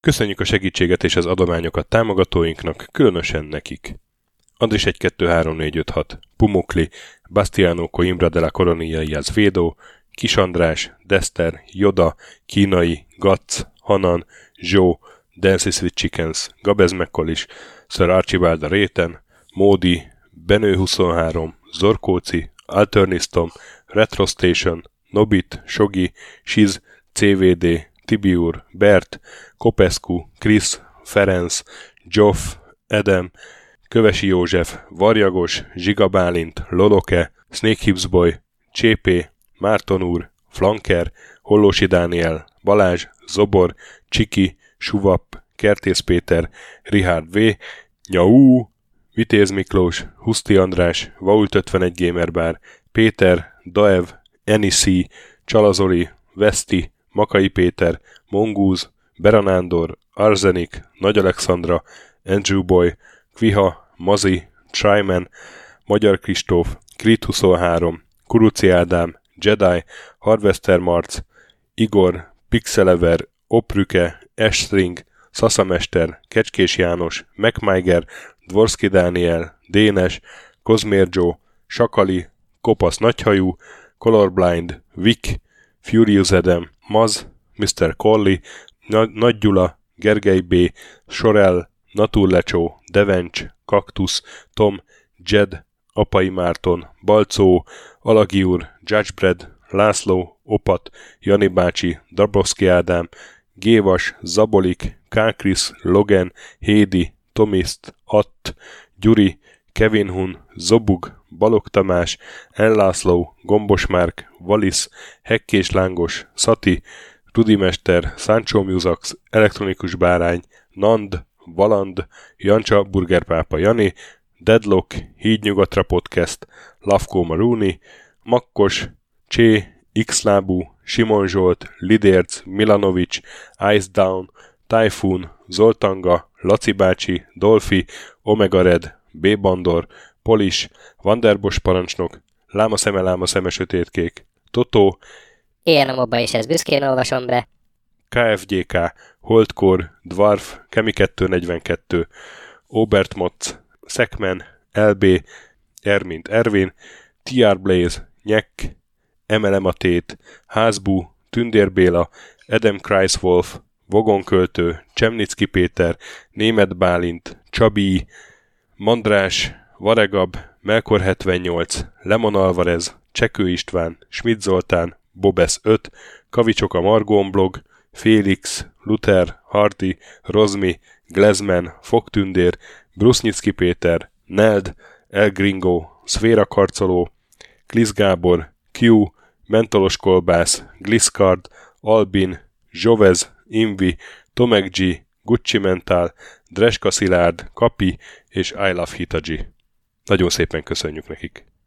Köszönjük a segítséget és az adományokat támogatóinknak, különösen nekik. Andris egy kettő három négy öt hat, Pumukli, Bastiano Coimbra de la Coronilla y Azvedo, Kis András, Dester, Joda, Kínai, Gatz, Hanan, Zsó, Dances with Chickens, Gabez Mekkolis, Sir Archibald a Réten, Módi, Benő huszonhárom, Zorkóci, Alternisztom, Retro Station, Nobit, Sogi, Siz, cé vé dé, Tibiur, Bert, Kopescu, Krisz, Ferenc, Zsoff, Edem, Kövesi József, Varjagos, Zsiga Bálint, Loloke, Snake Hips Boy, Csépé, Márton úr, Flanker, Hollósi Dániel, Balázs, Zobor, Csiki, Suvap, Kertész Péter, Richard V, Nyau, Vitéz Miklós, Huszti András, Vault ötvenegy Gamerbar, Péter, Daev, Enisi, Csalazoli, Veszti, Makai Péter, Mongúz, Beranándor, Arzenik, Nagy Alexandra, Andrew Boy, Kviha, Mazi, Tryman, Magyar Kristóf, Krit huszonhárom, Kuruci Ádám, Jedi, Harvester Marc, Igor, Pixelever, Oprüke, Estring, Szaszamester, Kecskés János, MacMiger, Dvorski Dániel, Dénes, Kozmér Joe, Sakali, Kopasz Nagyhajú, Colorblind, Vic, Furious Adam, Maz, miszter Colli, Nagy Gyula, Gergely B, Sorel, Naturlecsó, Devencs, Kaktusz, Tom, Jed, Apai Márton, Balcó, Alagi úr, Judgebred, László, Opat, Jani bácsi, Dabrowski Ádám, Gévas, Zabolik, Kákris, Logan, Hédi, Tomiszt, Att, Gyuri, Kevin Hun, Zobug, Balog Tamás, Enlászló, Gombos Márk, Valisz, Hekkés Lángos, Szati, Rudimester, Sancho Musax, Elektronikus Bárány, Nand, Valand, Jancsa, Burgerpápa Jani, Deadlock, Hídnyugatra Podcast, Lavkó Maruni, Makkos, Csé, Xlábú, Simon Zsolt, Lidérc, Milanovic, Ice Down, Typhoon, Zoltanga, Laci bácsi, Dolfi, Omega Red, B. Bandor, Polis, Vanderbos parancsnok, Láma szeme, láma szeme sötétkék, Totó, Ilyen a mobba is, ezt büszkén olvasom be. ká ef gé ká, Holdcore, Dwarf, Kemi kettő negyvenkettő, Obert Motz, Szekmen, el bé, Ermint Ervin, té er Blaze, Nyek, em el em a Tét, Házbú, Tündér Béla, Adam Kreiswolf, Vogonköltő, Csemnicki Péter, Németh Bálint, Csabi, Mandrás, Varegab, Melkor hetvennyolc, Lemon Alvarez, Csekő István, Schmidt Zoltán, Bobesz öt, Kavicsok a Margón blog, Félix, Luther, Hardy, Rozmi, Glezman, Fogtündér, Brusznyicki Péter, Neld, El Gringo, Szféra Karcoló, Klisz Gábor, Q, Mentolos Kolbász, Gliscard, Albin, Zsovez, Invi, Tomek G, Gucci Mental, Dreska Szilárd, Kapi és I Love Hitaji. Nagyon szépen köszönjük nekik!